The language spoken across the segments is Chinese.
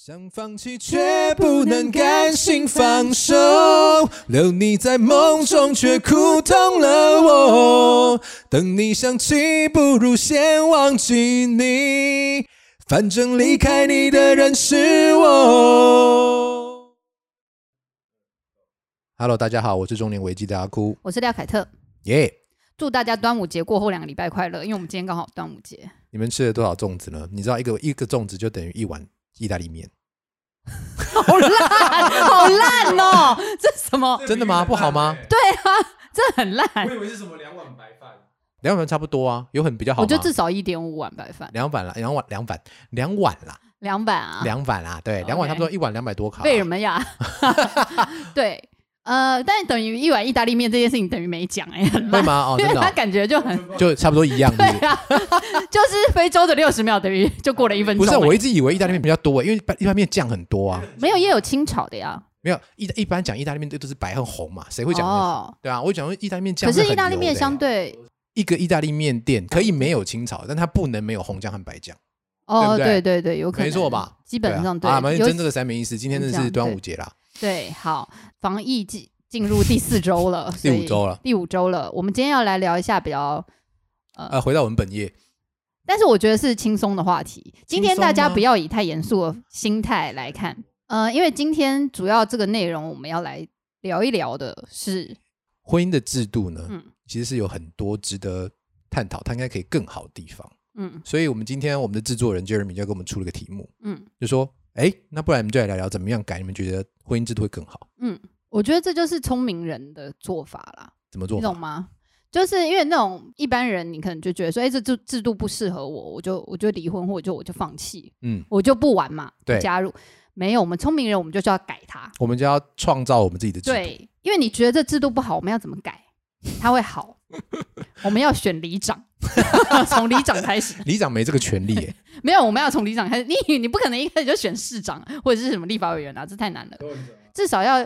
想放弃却不能甘心放手，留你在梦中却哭痛了我。等你想起不如先忘记你，反正离开你的人是我。Hello， 大家好，我是中年危机的阿哭， 我是廖凯特， 耶、 祝大家端午节过后2个礼拜快乐，因为我们今天刚好端午节。 你们吃了多少粽子呢？你知道一个粽子就等于一碗意大利面。 好烂，好烂哦！这什么？ 真的吗？不好吗？ 对啊，这很烂。 我以为是什么2碗白饭 ，2碗差不多啊，有很比较好吗？ 我觉得至少1.5碗白饭。 2碗啦，2碗啦。 2碗啊 ，2碗啦，对，2碗差不多1碗200多卡。 为什么呀？对，但等于一碗意大利面这件事情等于没讲哎，很烂。 会吗？哦， 因为真的、 他感觉就差不多一样。 对啊，就是非洲的60秒等于就过了1分钟。 不是，我一直以为意大利面比较多，因为意大利面酱很多啊。 没有，也有清炒的呀。 没有，一般讲意大利面都是白和红嘛，谁会讲、哦？对啊，我讲意大利面酱。 可是意大利面相对一个意大利面店可以没有清炒，但它不能没有红酱和白酱。 哦， 对对，有可能， 没错吧？ 基本上对。 啊，真这个3点意思，今天是端午节啦。 对，好，防疫进入第4周了， 第5周了， 第5周了。我们今天要来聊一下比较回到我们本业， 但是我觉得是轻松的话题。今天大家不要以太严肃的心态来看，因为今天主要这个内容我们要来聊一聊的是婚姻的制度呢，其实是有很多值得探讨，它应该可以更好的地方。所以我们今天我们的制作人 Jeremy 就给我们出了个题目，就说，那不然我们就来聊聊怎么样改，你们觉得婚姻制度会更好？ 我觉得这就是聪明人的做法啦。 怎么做法？ 你懂吗？就是因为那种一般人，你可能就觉得说，这制度不适合我，我就离婚，或者我就放弃，我就不玩嘛，不加入。没有，我们聪明人，我们就是要改它， 我们就要创造我们自己的制度。 对，因为你觉得这制度不好，我们要怎么改它会好？我们要选里长，从里长开始。 里长没这个权利耶。 没有，我们要从里长开始。你不可能一开始就选市长或者是什么立法委员啊，这太难了。至少要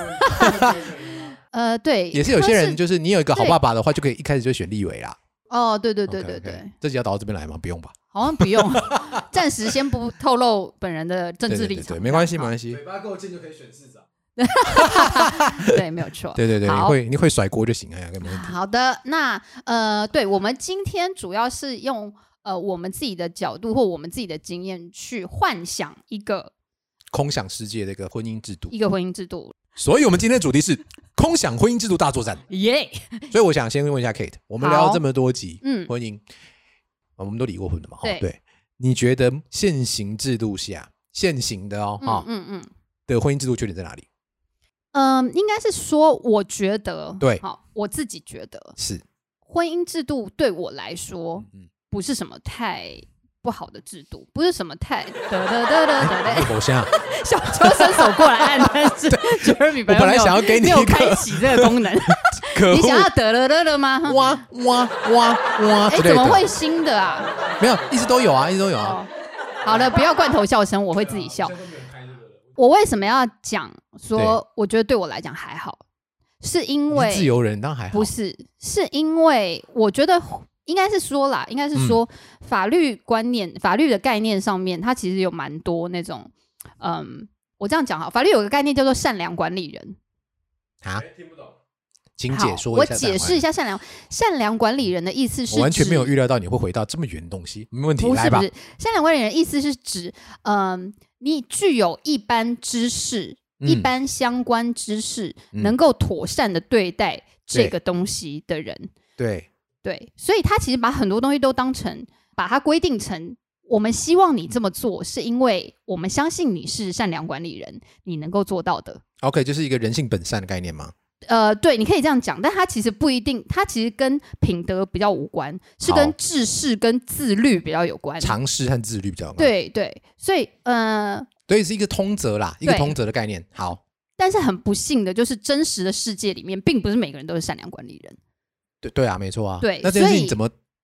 对， 也是有些人就是你有一个好爸爸的话，就可以一开始就选立委啦。 哦，对， okay. 这集要导到这边来吗？不用吧？ 好像不用，暂时先不透露本人的政治立场。 对，没关系，没关系。 嘴巴够贱就可以选市长。 对，没有错。 对，你会甩锅就行，没问题。 好的，那对，我们今天主要是用我们自己的角度或我们自己的经验去幻想一个空想世界的一个婚姻制度， 所以我们今天的主题是空想婚姻制度大作战， 耶！ 所以我想先问一下 Kate， 我们聊了这么多集婚姻，我们都离过婚的嘛？对，你觉得现行制度下，现行的的婚姻制度缺点在哪里？ 应该是说，我觉得对， 好，我自己觉得是婚姻制度对我来说，不是什么太不好的制度，不是什么太我想小秋伸手过来按，但是 Jeremy 我本来想要给你没有开启这个功能，你想要得吗？ 哇， 怎么会新的啊？ 没有，一直都有啊。 好了，不要罐头笑声，我会自己笑。我为什么要讲说我觉得对我来讲还好，是因为自由人当然还好， 不是因为我觉得应该是说法律观念、法律的概念上面，它其实有蛮多那种我这样讲哈，法律有个概念叫做善良管理人啊， 听不懂， 请解说一下。 我解释一下善良管理人的意思是， 我完全没有预料到你会回到这么远的东西，没问题，来吧。 不是，善良管理人的意思是指你具有一般知识、一般相关知识，能够妥善的对待这个东西的人。对，所以他其实把很多东西都把它规定成，我们希望你这么做，是因为我们相信你是善良管理人，你能够做到的。 OK， 就是一个人性本善的概念吗？ 对，你可以这样讲，但它其实不一定，它其实跟品德比较无关，是跟知识跟自律比较有关， 常识和自律比较有关。 对，所以对，是一个通则啦，一个通则的概念。好， 但是很不幸的就是真实的世界里面，并不是每个人都是善良管理人。 对啊，没错啊。 对， 那这件事情怎么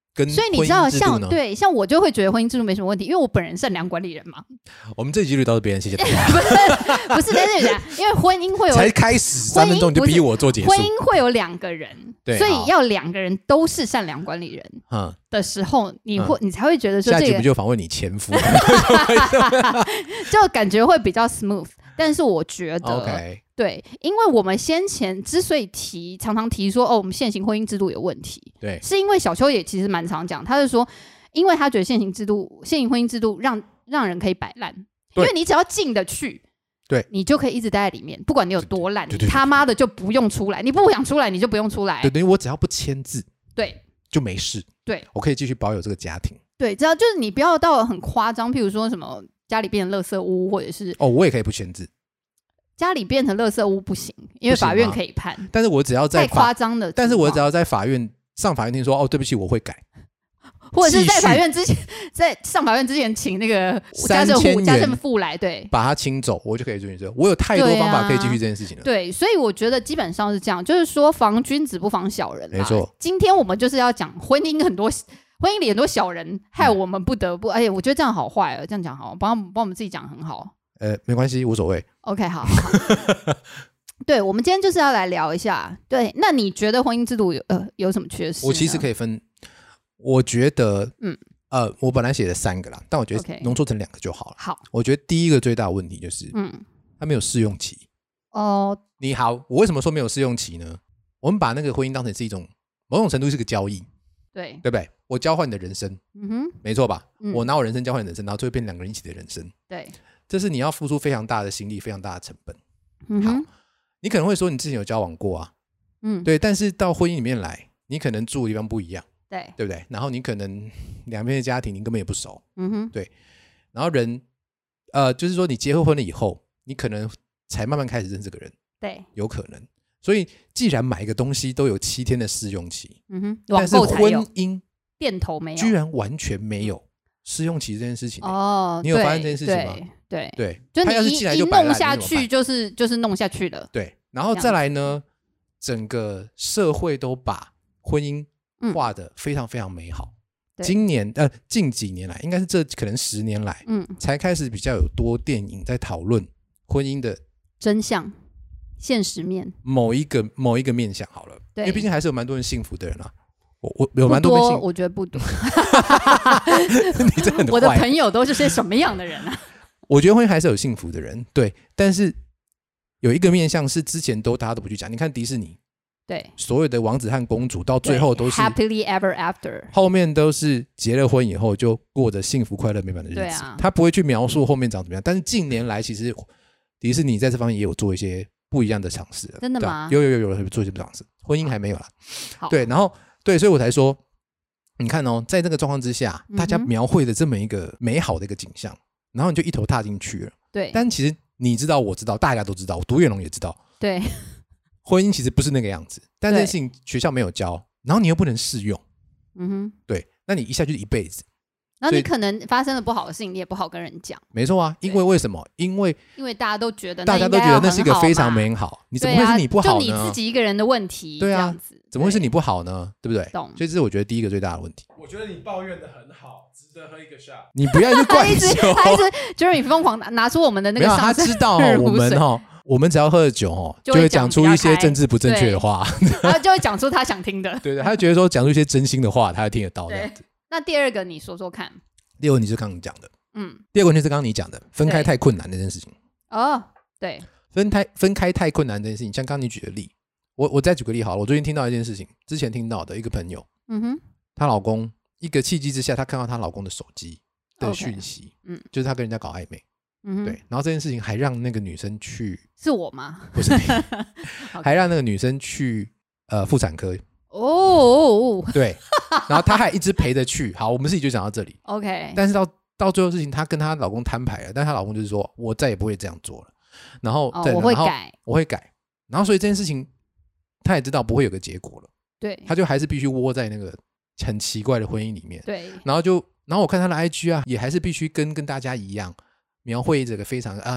跟所以你知道婚姻制度呢？ 像我就会觉得婚姻制度没什么问题，因为我本人善良管理人嘛。 我们这集就到这边，谢谢大家。 不是，但是因为婚姻会有才开始3分钟你就逼我做结束， 婚姻会有2个人，所以要2个人都是善良管理人的时候，你才会觉得说下集不就访问你前夫， 就感觉会比较 smooth。但是我觉得 ，OK， 对，因为我们先前之所以常常提说我们现行婚姻制度有问题， 对， 是因为小邱也其实蛮常讲，他是说，因为他觉得现行婚姻制度让人可以摆烂，因为你只要进得去， 对， 你就可以一直待在里面，不管你有多烂， 你他妈的就不用出来，你不想出来你就不用出来， 对，等于我只要不签字， 对， 就没事， 对， 我可以继续保有这个家庭， 对，只要就是你不要到很夸张，譬如说什么家里变成垃圾屋，或者是我也可以不签字。 家里变成垃圾屋不行，因为法院可以判。 但是我只要在太夸张的， 但是我只要在上法院听说，对不起，我会改， 或者是在法院之前，在上法院之前，请那个家政妇来，对， 把它清走，我就可以遵循。我有太多方法可以继续这件事情了。 对，所以我觉得基本上是这样，就是说防君子不防小人。 没错， 今天我们就是要讲婚姻里很多小人，害我们不得不，哎呀，我觉得这样好坏啊，这样讲好，帮我们自己讲很好。 没关系，无所谓。 OK， 好。对，我们今天就是要来聊一下。对，那你觉得婚姻制度有什么缺失？ 我其实可以分，我觉得，我本来写了3个啦，但我觉得浓缩成2个就好了。 好， 我觉得第一个最大的问题就是，它没有试用期。你好，我为什么说没有试用期呢？我们把那个婚姻当成是一种某种程度是个交易， 对不对？我交换你的人生，没错吧？我拿我人生交换你的人生，然后最后变2个人一起的人生， 对。 这是你要付出非常大的心力、非常大的成本。好，你可能会说你之前有交往过啊，对，但是到婚姻里面来，你可能住的地方不一样，对不对？然后你可能两边的家庭你根本也不熟，对。然后就是说你结婚了以后，你可能才慢慢开始认识这个人，对，有可能。所以既然买一个东西都有7天的试用期，但是婚姻店头没有， 居然完全没有试用期这件事情。你有发现这件事情吗？对， 就他要是进来就摆烂，弄下去就是弄下去了。 对，然后再来呢，整个社会都把婚姻画得非常非常美好。近几年来，应该是这可能10年来，才开始比较有多电影在讨论婚姻的真相、现实面， 某一个面向好了。因为毕竟还是有蛮多人幸福的人啊。我有蛮多人幸福， 我觉得不多。 你真的很坏。 我的朋友都是些什么样的人啊？ 我觉得婚姻还是有幸福的人，对，但是有一个面向是之前大家都不去讲。你看迪士尼，对，所有的王子和公主到最后都是 happily ever after， 后面都是结了婚以后就过着幸福快乐美满的日子。他不会去描述后面长怎么样。但是近年来，其实迪士尼在这方面也有做一些不一样的尝试了。 真的吗？ 有做一些尝试，婚姻还没有啦。对，然后对，所以我才说，你看在这个状况之下，大家描绘的这么一个美好的一个景象，然后你就一头踏进去了。对，但其实你知道，我知道，大家都知道，独眼龙也知道，对，婚姻其实不是那个样子。但这件事情学校没有教，然后你又不能适用，对，那你一下就是一辈子。 然后你可能发生了不好的事情，你也不好跟人讲。 没错啊，因为什么？因为大家都觉得那是一个非常美好，你怎么会是你不好呢？ 就你自己一个人的问题， 对啊， 这样子怎么会是你不好呢？对不对？ 懂。 所以这是我觉得第一个最大的问题。 我觉得你抱怨的很好，值得喝一个 shot。 你不要去怪酒， 他一直 Jeremy 疯狂拿出我们的那个上他知道我们只要喝了酒就会讲出一些政治不正确的话， 然后就会讲出他想听的。 对，他觉得说讲出一些真心的话，他会听得到这样子。 那第二个你说说看。 第二个问题是刚刚讲的，第二个问题是刚刚你讲的，分开太困难这件事情。 对， 分开太困难这件事情，像刚刚你举的例，我再举个例好了。我最近听到一件事情，之前听到的一个朋友，她老公一个契机之下，她看到她老公的手机的讯息，就是她跟人家搞暧昧，对，然后这件事情还让那个女生去， 是我吗？ 不是，还让那个女生去妇产科。对，然后她还一直陪着去。好，我们事情就讲到这里。OK， 但是到最后事情，她跟她老公摊牌了，但她老公就是说，我再也不会这样做了。然后我会改。 然后所以这件事情，她也知道不会有个结果了。对，她就还是必须窝在那个很奇怪的婚姻里面。对，然后我看她的 IG 啊，也还是必须跟大家一样，描绘这个非常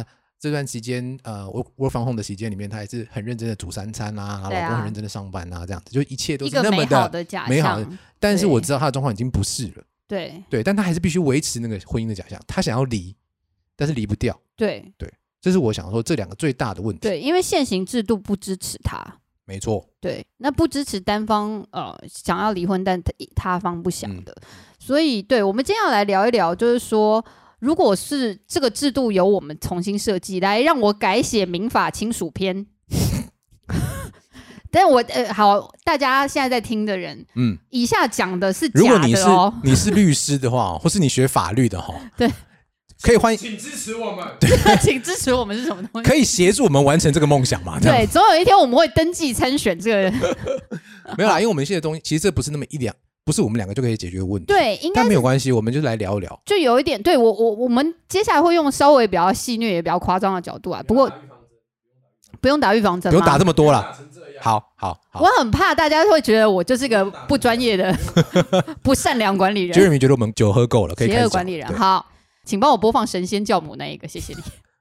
这段期间我work from home的期间里面，他还是很认真的煮3餐啊，老公很认真的上班啊，这样子就一切都是那么的美好的。但是我知道他的状况已经不是了， 对， 但他还是必须维持那个婚姻的假象，他想要离，但是离不掉。对，这是我想说这2个最大的问题。 对，因为现行制度不支持他。 没错。 对，那不支持单方想要离婚，但他方不想的。所以，对，我们今天要来聊一聊，就是说，如果是这个制度由我们重新设计，来让我改写民法亲属篇。但我好，大家现在在听的人，以下讲的是假的哦。 如果你是律师的话，或是你学法律的哈， 对， 可以欢迎，请支持我们。 对，请支持我们是什么东西？ 可以协助我们完成这个梦想嘛？ 对，总有一天我们会登记参选这个。 没有啦，因为我们现在的东西其实这不是那么不是我们2个就可以解决的问题。 对，应该但没有关系，我们就来聊一聊。就有一点，对我们接下来会用稍微比较戏谑也比较夸张的角度啊。不过不用打预防针， 不用打这么多啦。好， 我很怕大家会觉得我就是个不专业的、不善良管理人。 Jeremy 觉得我们酒喝够了，可以开始讲。 邪恶管理人，好，请帮我播放神仙教母那一个，谢谢你。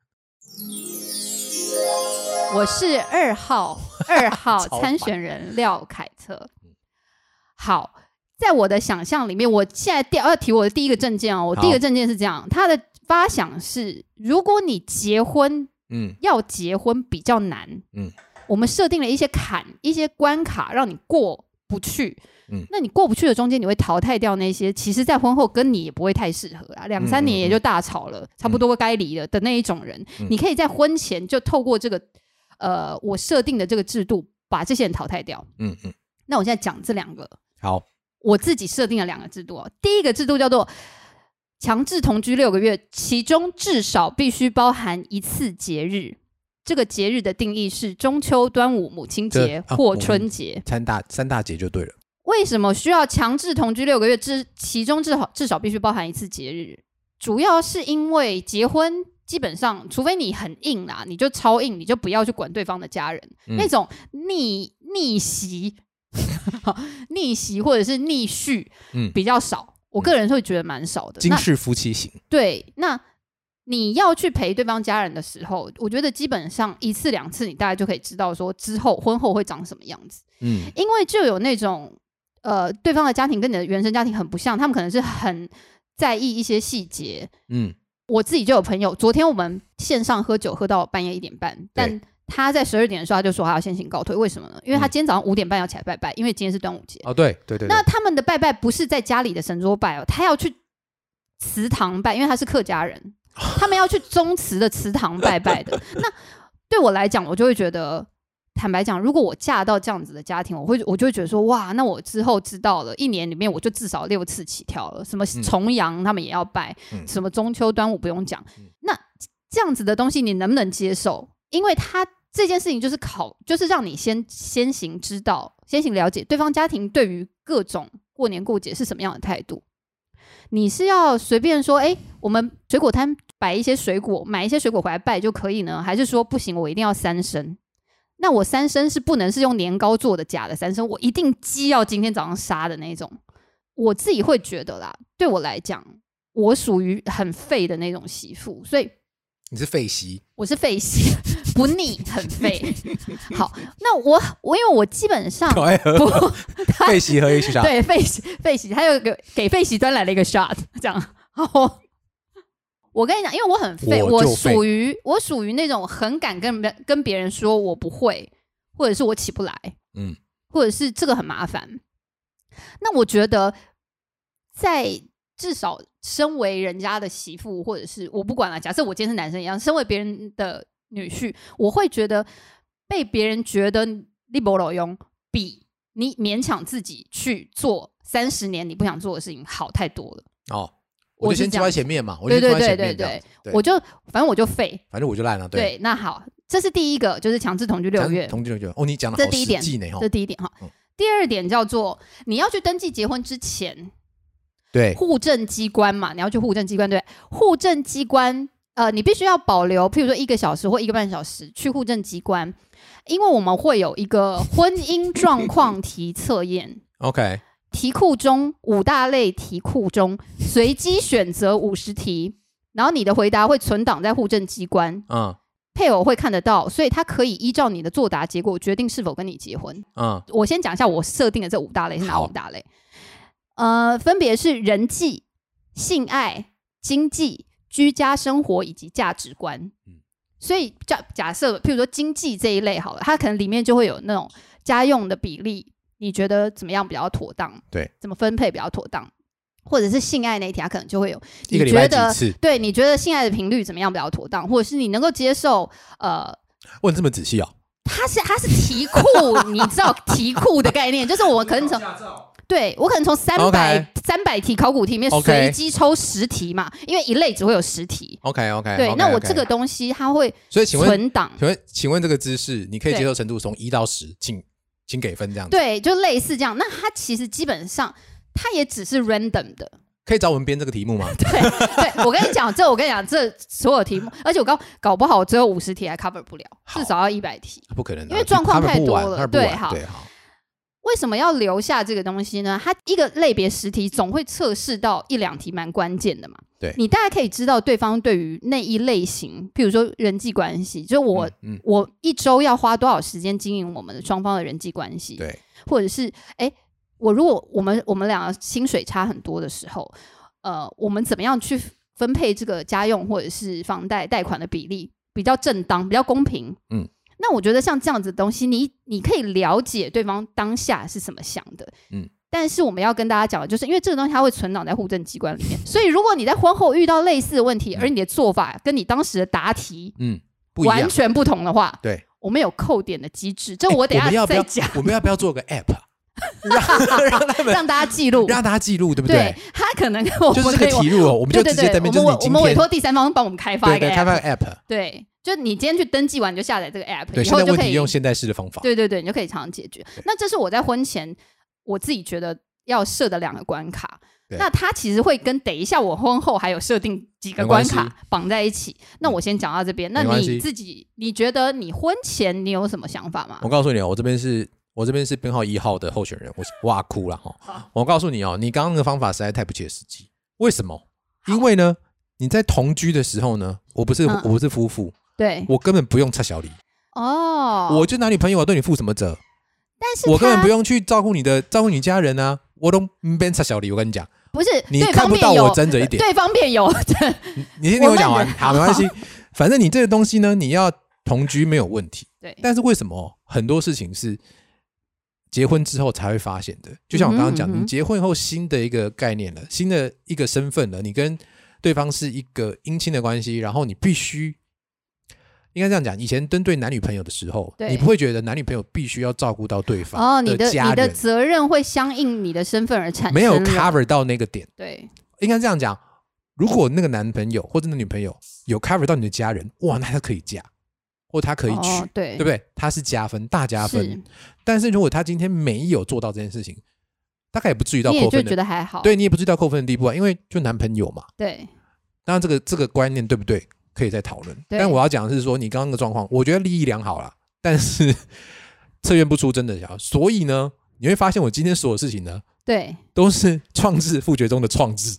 我是2号参选人廖凯特。好，在我的想象里面，我现在要提我的第一个政见哦。我第一个政见是这样，它的发想是，如果你结婚，要结婚比较难，我们设定了一些坎、一些关卡，让你过不去。那你过不去的中间，你会淘汰掉那些其实在婚后跟你也不会太适合啊，2-3年也就大吵了，差不多该离了的那一种人。你可以在婚前就透过这个我设定的这个制度，把这些人淘汰掉。那我现在讲这2个。 好， 我自己设定了2个制度哦。第一个制度叫做强制同居6个月，其中至少必须包含1次节日。这个节日的定义是中秋、端午、母亲节或春节， 三大节就对了。 为什么需要强制同居6个月？其中至少必须包含1次节日，主要是因为结婚基本上，除非你很硬啦，你就超硬，你就不要去管对方的家人，那种逆袭。逆袭或者是逆续，比较少，我个人会觉得蛮少的。 金氏夫妻型。 对，那你要去陪对方家人的时候，我觉得基本上1次2次，你大概就可以知道说之后婚后会长什么样子。因为就有那种对方的家庭跟你的原生家庭很不像，他们可能是很在意一些细节。我自己就有朋友，昨天我们线上喝酒喝到半夜1点半，但他在12点的时候他就说他要先行告退，为什么呢？因为他今天早上5点半要起来拜拜，因为今天是端午节。 对。 那他们的拜拜不是在家里的神桌拜哦，他要去祠堂拜，因为他是客家人，他们要去宗祠的祠堂拜拜的。那对我来讲，我就会觉得，坦白讲，如果我嫁到这样子的家庭，我就会觉得说，哇，那我之后知道了，1年里面我就至少6次起跳了，什么重阳他们也要拜，什么中秋端午不用讲。那这样子的东西你能不能接受？因为他这件事情就是让你先行知道，先行了解对方家庭对于各种过年过节是什么样的态度。你是要随便说，我们水果摊摆一些水果，买一些水果回来拜就可以呢？还是说不行，我一定要3牲？那我3牲是不能是用年糕做的假的3牲，我一定鸡要今天早上杀的那种。我自己会觉得啦，对我来讲，我属于很废的那种媳妇，所以你是废媳， 我是废媳，不腻，很废。好，那我因为我基本上不废媳喝一 shot， 对，废媳，还有给废媳端来了一个 shot， 这样。好，我跟你讲，因为我很废，我属于那种很敢跟别人说我不会，或者是我起不来，或者是这个很麻烦。那我觉得在至少身为人家的媳妇，或者是我不管了，假设我今天是男生一样，身为别人的女婿，我会觉得被别人觉得你没路用，比你勉强自己去做30年你不想做的事情好太多了。 我就先坐在前面嘛， 对，反正我就废， 反正我就烂了。 对，那好，这是第一个，就是强制同居6个月。 同居6个月，你讲的好实际呢。 这第一点哈。第二点叫做你要去登记结婚之前。 对， 户政机关嘛，你要去户政机关，对，户政机关，你必须要保留，譬如说1个小时或1个半小时去户政机关，因为我们会有一个婚姻状况题测验。 OK， 题库中5大类题库中随机选择50题，然后你的回答会存档在户政机关。 配偶会看得到，所以他可以依照你的作答结果决定是否跟你结婚。我先讲一下我设定的这5大类是哪5大类。分别是人际、性爱、经济、居家生活以及价值观。所以假设譬如说经济这一类好了，它可能里面就会有那种家用的比例，你觉得怎么样比较妥当？ 对，怎么分配比较妥当？或者是性爱那一题，它可能就会有一个礼拜几次？ 对，你觉得性爱的频率怎么样比较妥当？或者是你能够接受问这么仔细哦？ 它是题库，你知道题库的概念，就是我可能从对我可能从300题考古题里面随机抽10题嘛，因为一类只会有10题。 OK， 对，那我这个东西它会存档。 请问这个知识你可以接受程度从1到10，请给分这样子。 对，就类似这样。那它其实基本上它也只是 random 的。 可以找我们编这个题目吗？ 对，我跟你讲，这所有题目，而且我搞不好我只有50题还 cover 不了，至少要100题。 不可能， 因为状况太多了。 对， 好。为什么要留下这个东西呢？它一个类别10题总会测试到1、2题蛮关键的嘛。 对， 你大概可以知道对方对于那一类型，譬如说人际关系，就我1周要花多少时间经营我们的双方的人际关系。 对， 或者是如果我们两个薪水差很多的时候，我们怎么样去分配这个家用或者是房贷贷款的比例比较正当、比较公平？那我觉得像这样子的东西，你可以了解对方当下是怎么想的。但是我们要跟大家讲的就是，因为这个东西它会存档在户政机关里面，所以如果你在婚后遇到类似的问题，而你的做法跟你当时的答题完全不同的话， 对， 我们有扣点的机制，这我等一下再讲。 我们要不要做个 app？ 让大家记录， 对不对？ 对，他可能就是这个题目我们就直接登边， 我们委托第三方帮我们开发一个 app。 对，就你今天去登记完，你就下载这个 app， 对， 以后就可以现在问题用现代式的方法。 对，你就可以常常解决。那这是我在婚前我自己觉得要设的2个关卡。那它其实会跟等一下我婚后还有设定几个关卡绑在一起。那我先讲到这边。那你自己，你觉得你婚前你有什么想法吗？ 我告诉你，我这边是编号1号的候选人，我哇哭了哈！我告诉你你刚刚那个方法实在太不切实际。为什么？因为呢，你在同居的时候呢，我不是夫妇， 对， 我根本不用插小礼我就男女朋友，我对你负什么责？ 但是我根本不用去照顾你家人啊，我都不用插小礼。我跟你讲， 不是你看不到我睁着一点， 对方面有你先听我讲完，好，没关系。反正你这个东西呢，你要同居没有问题， 对。 但是为什么很多事情是结婚之后才会发现的？就像我刚刚讲，你结婚后新的一个概念了，新的一个身份了，你跟对方是一个姻亲的关系，然后你必须应该这样讲，以前针对男女朋友的时候，你不会觉得男女朋友必须要照顾到对方的家人， 你的责任会相应你的身份而产生， 没有 cover 到那个点。 对， 应该这样讲，如果那个男朋友或者那女朋友有 cover 到你的家人，哇，那他可以嫁或他可以娶，对不对？他是加分，大加分。但是如果他今天没有做到这件事情，大概也不至于到扣分的， 你也就觉得还好， 对，你也不至于到扣分的地步啊，因为就男朋友嘛。 对， 当然这个观念对不对？可以再讨论。但我要讲的是说，你刚刚的状况，我觉得立意良好啦，但是测验不出真的小。所以呢，你会发现我今天所有事情呢， 对， 都是创制复决中的创制。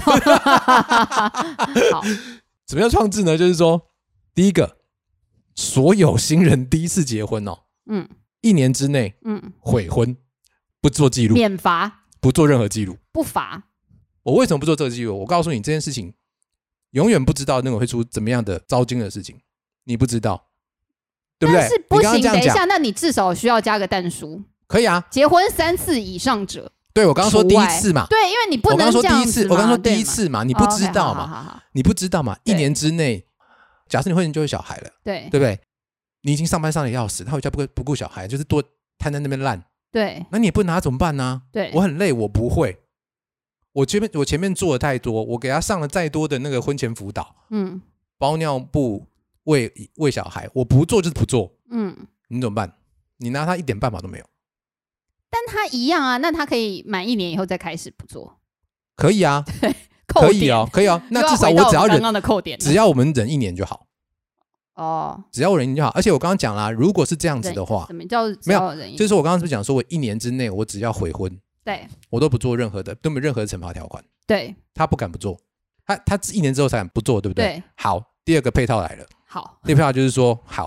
好， 怎么样创制呢？就是说，第一个，所有新人第一次结婚1年之内悔婚，不做记录， 免罚， 不做任何记录， 不罚。我为什么不做这个记录？我告诉你，这件事情永远不知道那个会出怎么样的糟心的事情，你不知道，对不对？ 但是不行， 刚刚等一下，那你至少需要加个但书。 可以啊， 结婚3次以上者。 对，我刚刚说第一次嘛， 对，因为你不能这样子嘛。 我刚说第一次嘛，你不知道嘛，你不知道嘛，1年之内，假设你婚前就有小孩了， 对不对？你已经上班上得要死，他回家不顾小孩，就是多瘫在那边烂， 对， 那你也不拿他怎么办呢？ 对， 我很累，我不会，我前面做的太多，我给他上了再多的那个婚前辅导，包尿布、喂小孩，我不做就是不做，你怎么办？你拿他一点办法都没有。 但他一样啊，那他可以满1年以后再开始不做， 可以啊， 可以哦，可以哦。那至少我只要忍， 刚刚的扣点， 只要我们忍1年就好。 哦， 只要我忍1年就好。而且我刚刚讲啦，如果是这样子的话， 什么叫没有？就是我刚刚是不是讲说，我1年之内我只要悔婚， 对， 我都不做任何的，都没有任何的惩罚条款。 对， 他不敢不做，他1年之后才敢不做，对不对？ 对。 好，第二个配套来了。 好， 那票就是说好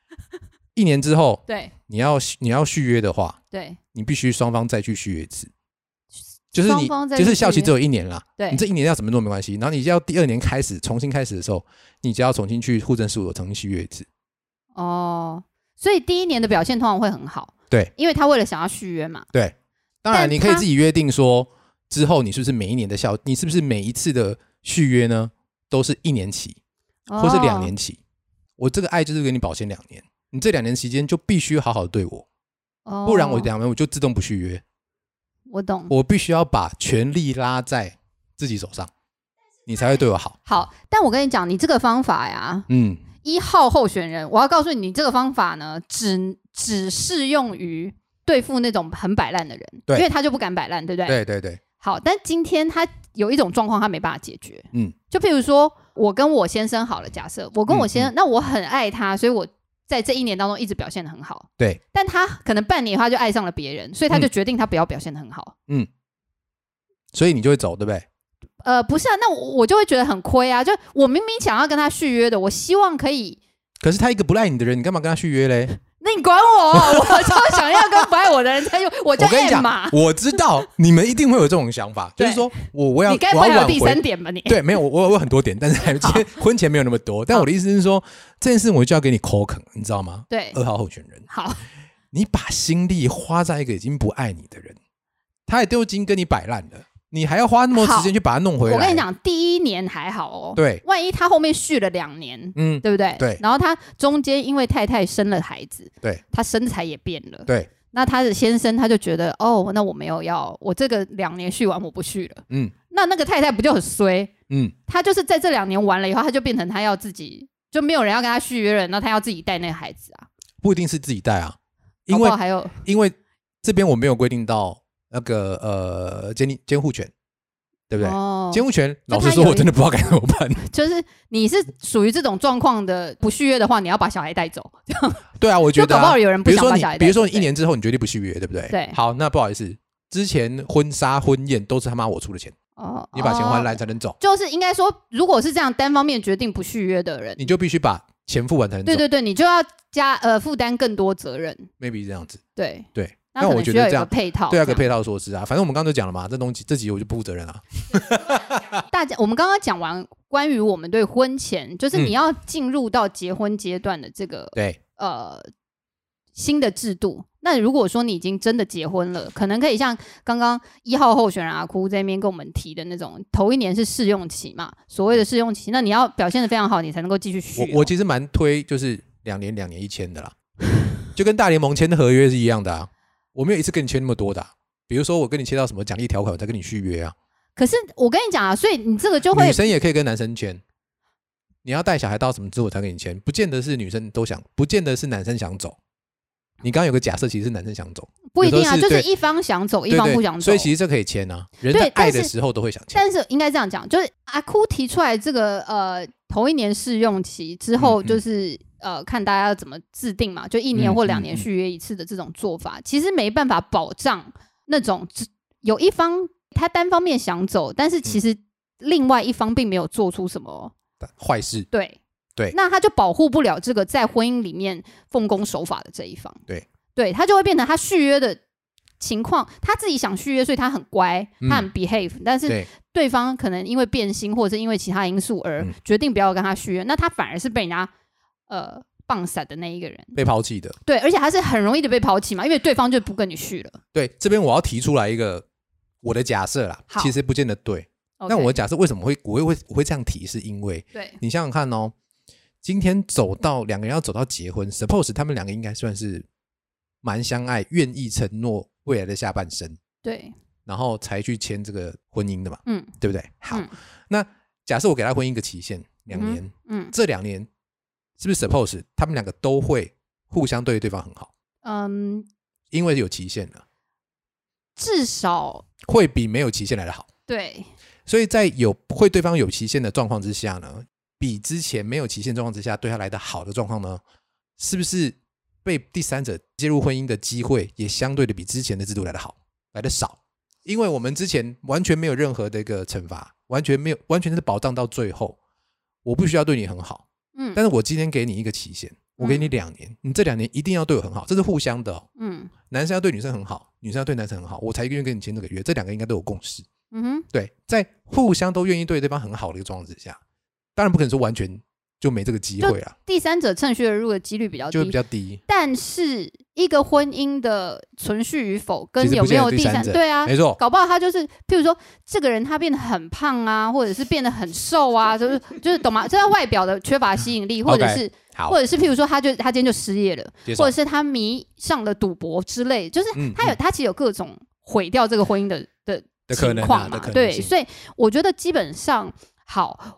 ，1年之后， 对， 你要续约的话， 对， 你必须双方再去续约一次。就是你双方再去就是效期只有1年啦， 对， 你这1年要怎么做没关系，然后你要第2年重新开始的时候，你就要重新去户政事务所重新续约一次。 哦，所以第1年的表现通常会很好， 对， 因为他为了想要续约嘛。 对，当然你可以自己约定说，之后你是不是每一年的你是不是每一次的续约呢，都是1年期，或是2年期。我这个爱就是给你保鲜2年，你这2年期间就必须好好的对我，不然我2年我就自动不续约。 我懂， 我必须要把权力拉在自己手上，你才会对我好。 好，但我跟你讲，你这个方法呀，1号候选人，我要告诉你，你这个方法呢，只适用于对付那种很摆烂的人，因为他就不敢摆烂，对不对？ 对对对。 好，但今天他有一种状况，他没办法解决。就譬如说，我跟我先生好了，假设我跟我先生，那我很爱他，所以我在这1年当中一直表现得很好。 对， 但他可能半年他就爱上了别人，所以他就决定他不要表现得很好。 所以你就会走，对不对？ 不是啊，那我就会觉得很亏啊！就我明明想要跟他续约的，我希望可以， 可是他一个不爱你的人，你干嘛跟他续约嘞？ 那你管我？我就想要跟不爱我的人在用，我就爱嘛。 我知道你们一定会有这种想法，就是说我要你该不会有第3点吧？你对，没有，我有很多点，但是今天婚前没有那么多。但我的意思是说，这件事我就要给你口肯，你知道吗？ 对 ，2号候选人， 好， 你把心力花在一个已经不爱你的人，他也都已经跟你摆烂了。你还要花那么多时间去把它弄回来？ 我跟你讲，第1年还好哦。 对， 万一他后面续了2年，对不对？ 对。 然后他中间因为太太生了孩子， 对， 他身材也变了， 对。 那他的先生他就觉得，哦，那我没有要，我这个2年续完我不续了。那个太太不就很衰？他就是在这2年完了以后，他就变成他要自己，就没有人要跟他续约了，那他要自己带那个孩子啊？不一定是自己带啊， 因为这边我没有规定到那个监护权。对不对？监护权，老实说，我真的不知道该怎么办。 就是你是属于这种状况的，不续约的话，你要把小孩带走。 对啊，我觉得搞不好有人不想把小孩带走。 比如说你1年之后你决定不续约，对不对？ 对。 好，那不好意思，之前婚纱婚宴都是他妈我出的钱。你把钱还来才能走。 就是应该说，如果是这样单方面决定不续约的人， 你就必须把钱付完才能走。 对对对，你就要负担更多责任。 maybe 这样子。 对对。 那我觉得这样配套， 对啊，个配套措施啊。反正我们刚刚都讲了嘛，这集我就不负责任啊。 我们刚刚讲完关于我们对婚前，就是你要进入到结婚阶段的这个新的制度。那如果说你已经真的结婚了，可能可以像刚刚1号候选人阿哭这边跟我们提的那种，头1年是试用期嘛，所谓的试用期，那你要表现得非常好，你才能够继续续。 我其实蛮推就是2年一签的啦，就跟大联盟签的合约是一样的啊。我没有一次跟你签那么多的比如说我跟你签到什么奖励条款，我再跟你续约啊。 可是我跟你讲啊，所以你这个就会， 女生也可以跟男生签，你要带小孩到什么之后我才跟你签，不见得是女生都想，不见得是男生想走。你刚刚有个假设，其实是男生想走， 不一定啊，就是一方想走，一方不想走， 所以其实这可以签啊。人在爱的时候都会想签， 但是应该这样讲，就是阿哭提出来这个头1年试用期之后，就是看大家要怎么制定嘛，就1年或2年续约一次的这种做法，其实没办法保障那种有一方他单方面想走，但是其实另外一方并没有做出什么坏事。 对，那他就保护不了这个在婚姻里面奉公守法的这一方。对，他就会变成他续约的情况，他自己想续约，所以他很乖，他很 behave，但是对方可能因为变心或者是因为其他因素而决定不要跟他续约，那他反而是被人家棒散的那一个人， 被抛弃的。对， 而且他是很容易的被抛弃嘛，因为对方就不跟你续了。 对，这边我要提出来一个我的假设啦，其实不见得对。那我的假设为什么我会这样提，是因为你想想看哦，今天2个人要走到结婚 ，suppose 他们2个应该算是蛮相爱，愿意承诺未来的下半生， 对， 然后才去签这个婚姻的嘛，对不对？好，那假设我给他婚姻一个期限2年，这2年是不是 suppose 他们2个都会互相对对方很好？因为有期限了， 至少会比没有期限来的好。 对， 所以在会对方有期限的状况之下呢，比之前没有期限状况之下对他来的好的状况呢，是不是被第三者介入婚姻的机会也相对的比之前的制度来的好，来的少？因为我们之前完全没有任何的一个惩罚，完全是保障到最后，我不需要对你很好， 但是我今天给你一个期限，我给你2年，你这2年一定要对我很好，这是互相的哦。男生要对女生很好，女生要对男生很好，我才愿意跟你签这个约，这2个应该都有共识。对，在互相都愿意对对方很好的一个状况之下，当然不可能说完全就没这个机会啦。 第三者趁虚而入的几率比较低， 就比较低。 但是一个婚姻的存续与否，跟有没有第三者，对啊， 没错， 搞不好他就是，譬如说这个人他变得很胖啊，或者是变得很瘦啊，就是懂吗？这在外表的缺乏吸引力，或者是譬如说他今天就失业了，或者是他迷上了赌博之类，就是他其实有各种毁掉这个婚姻的情况嘛，对，所以我觉得基本上好，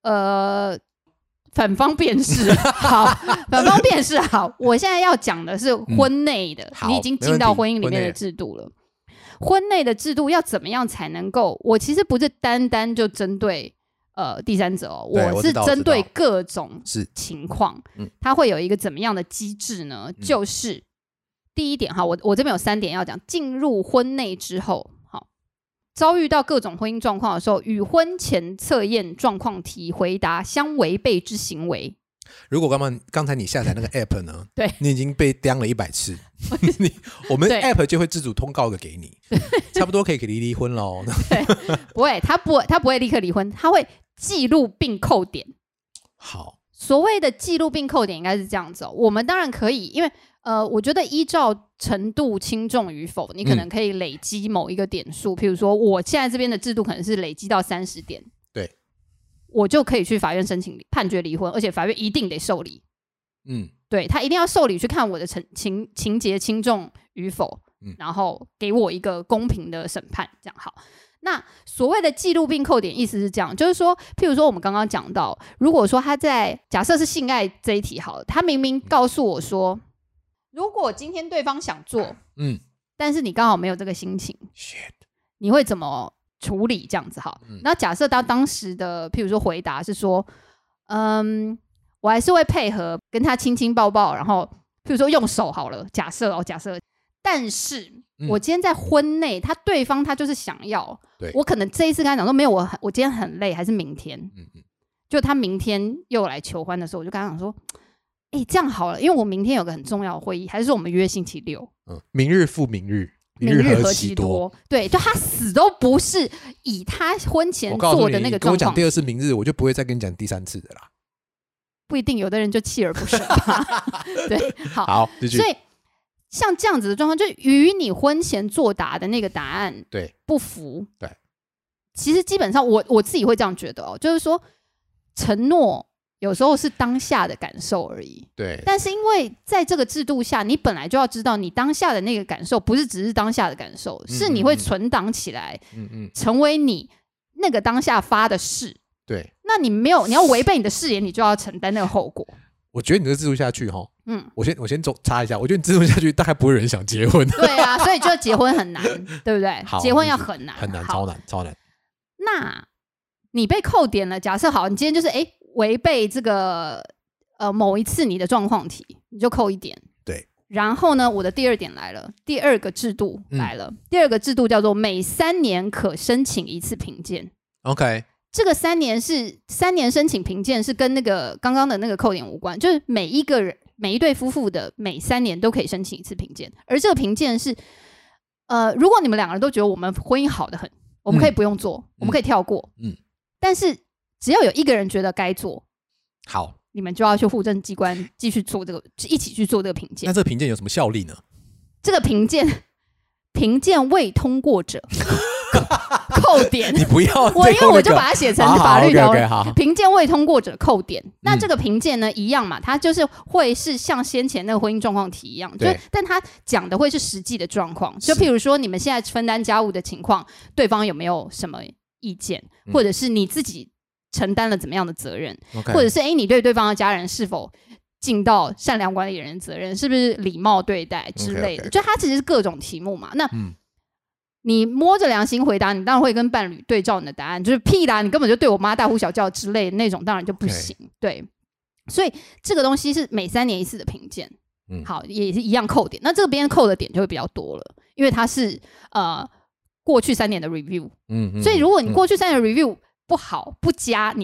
反方辩释好，反方辩释好。我现在要讲的是婚内的，你已经进到婚姻里面的制度了。婚内的制度要怎么样才能够？我其实不是单单就针对第三者哦，我是针对各种情况，它会有一个怎么样的机制呢？就是第一点哈，我这边有3点要讲。进入婚内之后，好，遭遇到各种婚姻状况的时候，与婚前测验状况题回答相违背之行为。 如果刚才你下载那个 app 呢， 对， 你已经被刁了100次，我们 app 就会自主通告个给你，差不多可以离婚咯。 对，不会，他不会立刻离婚，他会记录并扣点。 好， 所谓的记录并扣点应该是这样子哦。我们当然可以，因为我觉得依照程度轻重与否，你可能可以累积某一个点数，譬如说我现在这边的制度可能是累积到30点， 对， 我就可以去法院申请判决离婚，而且法院一定得受理。对，他一定要受理去看我的情节轻重与否，然后给我一个公平的审判，这样好。那所谓的记录并扣点意思是这样，就是说譬如说我们刚刚讲到，如果说他在假设是性爱这一题好了，他明明告诉我说，如果今天对方想做，但是你刚好没有这个心情，你会怎么处理？这样子好。那假设他当时的譬如说回答是说，我还是会配合跟他亲亲抱抱，然后譬如说用手好了，假设，但是我今天在婚内，对方他就是想要，我可能这一次跟他讲说没有，我今天很累，还是明天，就他明天又来求欢的时候，我就跟他讲说，这样好了，因为我明天有个很重要的会议，还是说我们约星期六， 明日复明日， 明日何其多。对，就他死都不是以他婚前做的那个状况。跟我讲第2次明日，我就不会再跟你讲第3次的啦。 不一定，有的人就锲而不舍吧。对，好，所以像这样子的状况，就与你婚前作答的那个答案不符。 对， 其实基本上我自己会这样觉得哦，就是说承诺有时候是当下的感受而已。 对， 但是因为在这个制度下，你本来就要知道，你当下的那个感受不是只是当下的感受，是你会存档起来，成为你那个当下发的誓。 对， 那你要违背你的誓言，你就要承担那个后果。 我觉得你这制度下去我先插一下，我觉得你制度下去大概不会有人想结婚。 对啊，所以就结婚很难，对不对？结婚要很难， 很难，超难。 那你被扣点了，假设好，你今天就是违背这个某一次你的状况题，你就扣1点。 对。然后呢，我的第2点来了，第2个制度来了，第2个制度叫做每3年可申请1次评鉴。 OK。 这个3年申请评鉴是跟那个刚刚的那个扣点无关，就是每一对夫妇的每3年都可以申请1次评鉴，而这个评鉴是如果你们2个人都觉得我们婚姻好得很，我们可以不用做，我们可以跳过，但是只要有一个人觉得该做， 好， 你们就要去户政机关继续做一起去做这个评鉴。 那这个评鉴有什么效力呢？ 这个评鉴未通过者扣点。 你不要， 因为我就把它写成法律条文，评鉴未通过者扣点。那这个评鉴呢，一样嘛，它就是会是像先前那个婚姻状况题一样，但它讲的会是实际的状况，就譬如说你们现在分担家务的情况，对方有没有什么意见，或者是你自己承担了怎么样的责任，或者是你对对方的家人是否尽到善良管理人的责任，是不是礼貌对待之类的，就它其实是各种题目嘛。那你摸着良心回答，你当然会跟伴侣对照你的答案，就是屁啦，你根本就对我妈大呼小叫之类的那种，当然就不行。对，所以这个东西是每3年1次的评鉴。好，也是一样扣点。那这边扣的点就会比较多了，因为它是过去3年的 review。所以如果你过去3年的 review 不好不佳，你会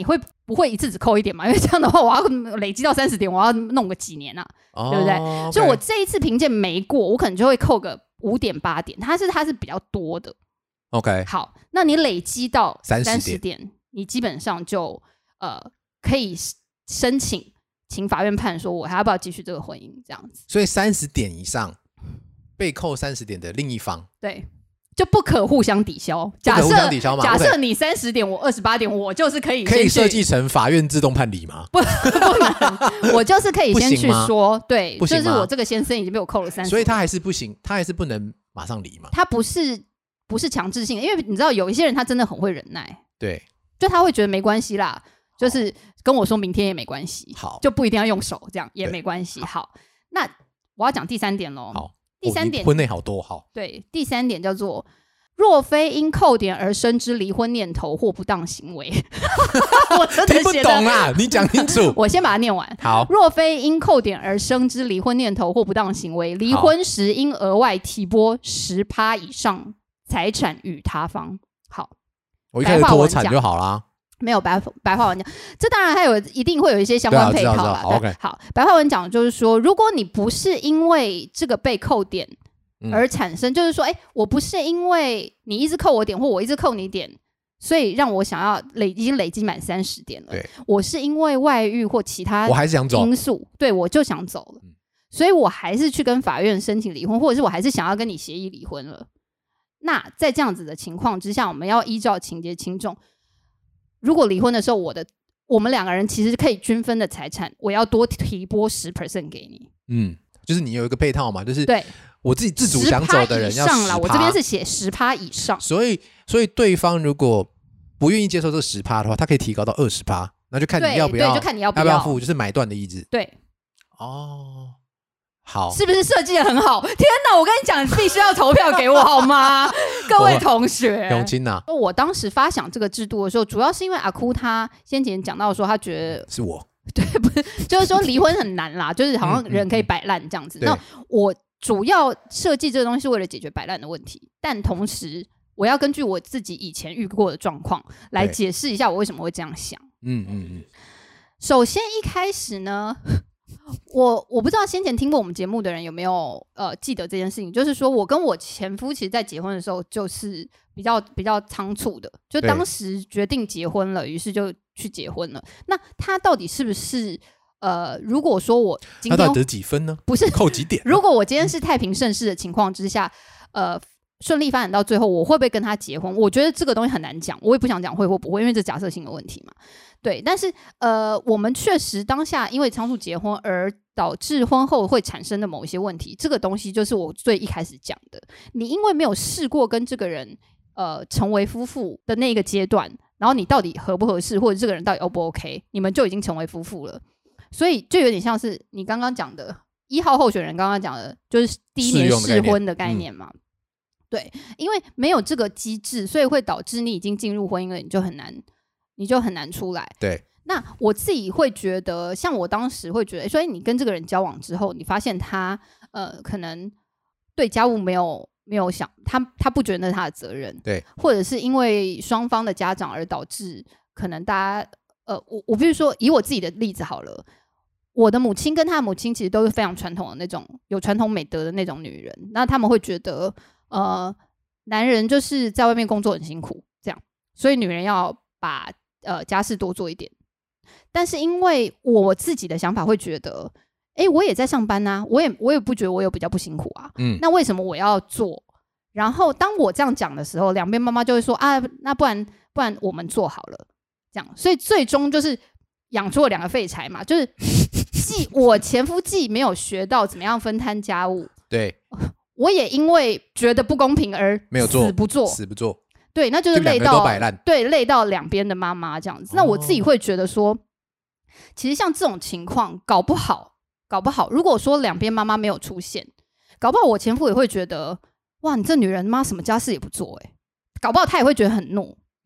不会一次只扣1点嘛，因为这样的话我要累积到30点，我要弄个几年啊，对不对？所以我这一次评鉴没过，我可能就会扣个5点8点，它是比较多的。 OK， 好，那你累积到 30 点，你基本上就可以申请法院判说我还要不要继续这个婚姻这样子。 所以30点以上被扣30点的另一方， 对，就不可互相抵消。假设你30点，我28点，我就是可以设计成法院自动判离吗？ 不能，我就是可以先去说，对， 就是我这个先生已经被我扣了30点， 所以他还是不行，他还是不能马上离嘛。 他不是强制性的，因为你知道有一些人他真的很会忍耐， 对， 就他会觉得没关系啦，就是跟我说明天也没关系， 好， 就不一定要用手，这样也没关系。好，那我要讲第3点咯。 好， 第3点婚内好多。好， 对，第3点叫做若非因扣点而生之离婚念头或不当行为。我真的听不懂啊，你讲清楚。 我先把它念完。 好， 若非因扣点而生之离婚念头或不当行为，离婚时应额外提拨10%以上财产与他方。好， 我一开始脱产就好啦。 没有白话文讲，这当然还有一定会有一些相关配套啦。 OK， 好，白话文讲就是说，如果你不是因为这个被扣点而产生，就是说，我不是因为你一直扣我点，或我一直扣你点，所以让我想要已经累积满30点了。我是因为外遇或其他我还是想走因素，对，我就想走了，所以我还是去跟法院申请离婚，或者是我还是想要跟你协议离婚了。那在这样子的情况之下，我们要依照情节轻重。如果离婚的时候，我们2个人其实可以均分的财产，我要多提拨10% 给你。 就是你有一个配套嘛，就是对我自己自主想走的人要10%啦， 我这边是写10%以上。 所以对方如果不愿意接受这个10%的话，他可以提高到20%，那就看你要不要， 对，就看你要不要付，就是买断的意思。 对， 哦。好， 是不是设计的很好？天哪，我跟你讲，必须要投票给我好吗？各位同学， 永清啊， 我当时发想这个制度的时候，主要是因为阿哭他先前讲到说，他觉得是我， 对，不是，就是说离婚很难啦，就是好像人可以摆烂这样子。那我主要设计这个东西是为了解决摆烂的问题，但同时我要根据我自己以前遇过的状况来解释一下我为什么会这样想。首先一开始呢。我不知道先前听过我们节目的人有没有记得这件事情，就是说我跟我前夫其实在结婚的时候就是比较仓促的，就当时决定结婚了，于是就去结婚了。那他到底是不是如果说我今天他到底得几分呢？ 不是扣几点？ 如果我今天是太平盛世的情况之下，顺利发展到最后，我会不会跟他结婚？我觉得这个东西很难讲，我也不想讲会或不会，因为这假设性的问题嘛。对，但是我们确实当下因为仓促结婚而导致婚后会产生的某一些问题，这个东西就是我最一开始讲的。你因为没有试过跟这个人成为夫妇的那个阶段，然后你到底合不合适，或者这个人到底 O 不 OK， 你们就已经成为夫妇了，所以就有点像是你刚刚讲的1号候选人刚刚讲的，就是第一年试婚的概念嘛。对，因为没有这个机制，所以会导致你已经进入婚姻了，你就很难出来。对，那我自己会觉得，像我当时会觉得，所以你跟这个人交往之后，你发现他可能对家务没有想，他不觉得那是他的责任，对，或者是因为双方的家长而导致可能大家我比如说以我自己的例子好了。我的母亲跟他的母亲其实都是非常传统的那种有传统美德的那种女人，那他们会觉得男人就是在外面工作很辛苦这样，所以女人要把家事多做一点。但是因为我自己的想法会觉得我也在上班啊，我也不觉得我有比较不辛苦啊，那为什么我要做？然后当我这样讲的时候，两边妈妈就会说啊，那不然我们做好了这样，所以最终就是养出了2个废柴嘛，就是我前夫既没有学到怎么样分摊家务，对，我也因为觉得不公平而没有做，死不做，对，那就是累到对累到两边的妈妈这样子。那我自己会觉得说，其实像这种情况，搞不好，如果说两边妈妈没有出现，搞不好我前夫也会觉得，哇，你这女人妈什么家事也不做搞不好他也会觉得很怒，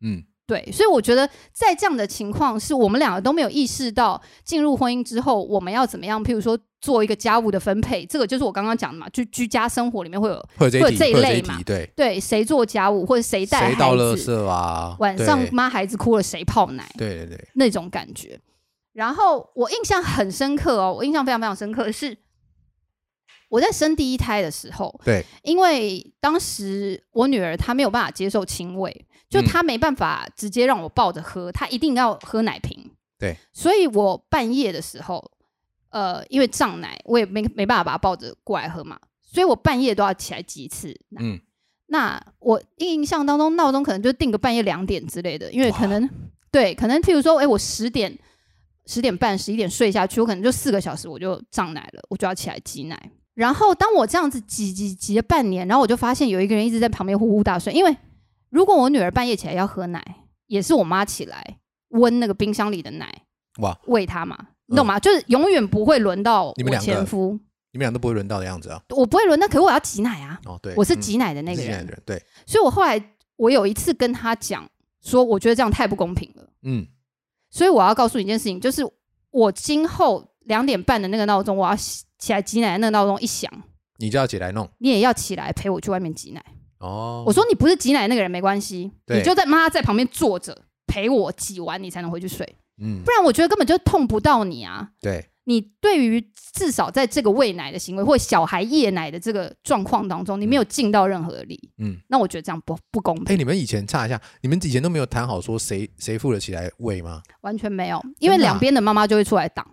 对，所以我觉得在这样的情况是我们两个都没有意识到进入婚姻之后我们要怎么样，譬如说做一个家务的分配，这个就是我刚刚讲的嘛，就居家生活里面会有这一类嘛，对，谁做家务或者谁带孩子，谁倒垃圾啊，晚上妈孩子哭了谁泡奶，对，那种感觉。然后我印象很深刻哦，我印象非常非常深刻的是我在生第一胎的时候，对，因为当时我女儿她没有办法接受亲喂，就她没办法直接让我抱着喝，她一定要喝奶瓶，对，所以我半夜的时候因为胀奶我也没办法把她抱着过来喝嘛，所以我半夜都要起来挤一次奶。那我印象当中闹钟可能就定个半夜2点之类的，因为可能譬如说我10点半11点睡下去，我可能就4个小时我就胀奶了，我就要起来挤奶。然后当我这样子挤了半年，然后我就发现有一个人一直在旁边呼呼大睡，因为如果我女儿半夜起来要喝奶，也是我妈起来温那个冰箱里的奶喂她嘛，你懂吗？就是永远不会轮到我前夫， 你们俩都不会轮到的样子啊。 我不会轮到，可是我要挤奶啊。对，我是挤奶的那个人，对。所以我后来我有一次跟他讲说，我觉得这样太不公平了。所以我要告诉你一件事情，就是我今后2点半的那个闹钟，我要起来挤奶的那个闹钟一响，你就要起来弄， 你也要起来陪我去外面挤奶。我说你不是挤奶的那个人没关系，你就妈在旁边坐着陪我挤完，你才能回去睡。不然我觉得根本就痛不到你啊。对，你对于至少在这个喂奶的行为或小孩夜奶的这个状况当中，你没有尽到任何的力。那我觉得这样不公平。 你们以前岔一下，你们以前都没有谈好说谁负责起来喂吗？ 完全没有，因为两边的妈妈就会出来挡。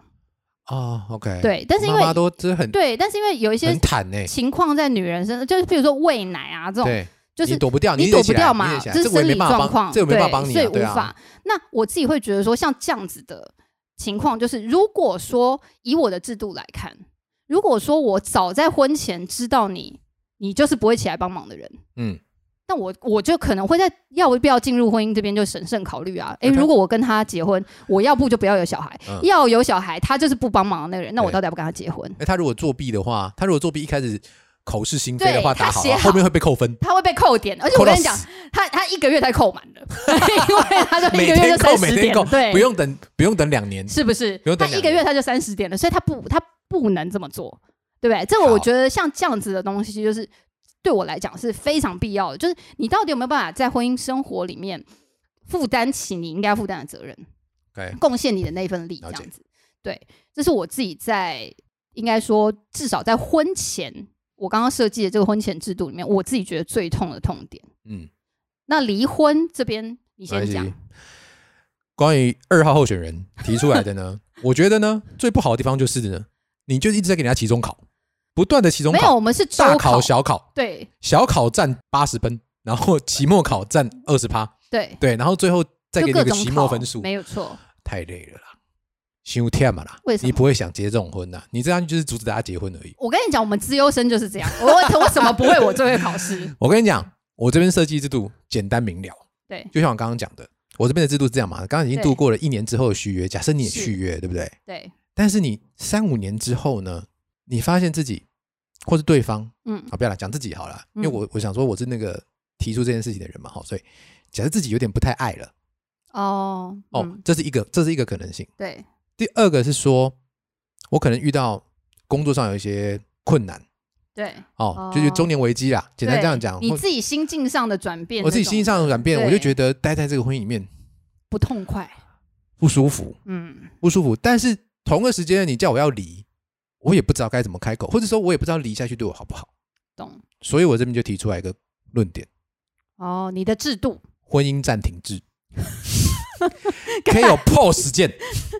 OK， 对，但是因为妈妈都真很对，但是因为有一些情况在女人身上，就是比如说喂奶啊这种，就是你躲不掉， 你躲不掉嘛，这是生理状况， 这没办法帮你， 所以无法。那我自己会觉得说，像这样子的情况，就是如果说以我的制度来看，如果说我早在婚前知道你就是不会起来帮忙的人，那我就可能会在要不要进入婚姻这边就审慎考虑啊。如果我跟他结婚，我要不就不要有小孩，要有小孩他就是不帮忙的那个人，那我到底要不跟他结婚？ 他如果作弊的话，一开始口是心非的话打好，后面会被扣分， 他会被扣点。而且我跟你讲，他1个月才扣满了，因为他就1个月就30点，对， 不用等2年， 是不是？他1个月他就30点了，所以他不能这么做，对不对？这个我觉得像这样子的东西，就是对我来讲是非常必要的。就是你到底有没有办法在婚姻生活里面负担起你应该负担的责任，贡献你的那份力，这样子。对，这是我自己在应该说至少在婚前。我刚刚设计的这个婚前制度里面，我自己觉得最痛的痛点。那离婚这边你先讲。 关于2号候选人提出来的呢，我觉得呢最不好的地方就是呢，你就一直在给人家期中考，不断的期中考。 没有，我们是周大考小考， 对， 小考占80分，然后期末考占20%，对，然后最后再给你个期末分数， 没有错。 太累了啦。太甜了啦！ 为什么？ 你不会想结这种婚啊？你这样就是阻止大家结婚而已。 我跟你讲，我们资优生就是这样。我什么不会，我就会考试。 我跟你讲，我这边设计制度简单明了。 对， 就像我刚刚讲的，我这边的制度是这样嘛。刚刚已经度过了1年之后的续约，假设你也续约，对不对？ 对。 但是你3-5年之后呢，你发现自己或是对方，不要啦，讲自己好了，因为我想说我是那个提出这件事情的人嘛，所以假设自己有点不太爱了。这是一个可能性。 对。 第2个是说，我可能遇到工作上有一些困难， 对， 就是中年危机啦，简单这样讲。 你自己心境上的转变， 我自己心境上的转变，我就觉得待在这个婚姻里面不痛快， 不舒服，不舒服。但是同个时间，你叫我要离，我也不知道该怎么开口，或者说我也不知道离下去对我好不好。 懂。所以我这边就提出来一个论点。 你的制度， 婚姻暂停制。可以有 POS 键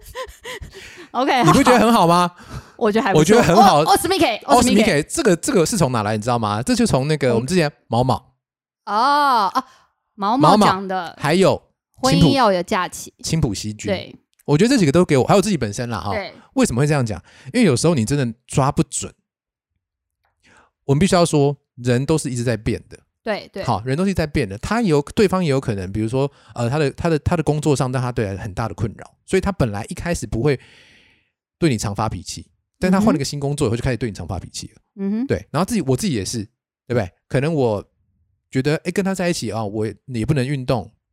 OK， 你不觉得很好吗？ 我觉得还不错， 我觉得很好。 Osmike 这个是从哪来？你知道吗？这就从那个我们之前毛毛讲的， 还有婚姻要有假期， 青浦西君。 对， 我觉得这几个都给我，还有自己本身啦哈。为什么会这样讲？因为有时候你真的抓不准。我们必须要说，人都是一直在变的。 对， 好，人都是在变的。对方也有可能，比如说，他的工作上让他带来很大的困扰，所以他本来一开始不会对你常发脾气，但他换了一个新工作以后就开始对你常发脾气了。对，然后我自己也是，对不对？可能我觉得，跟他在一起我也不能运动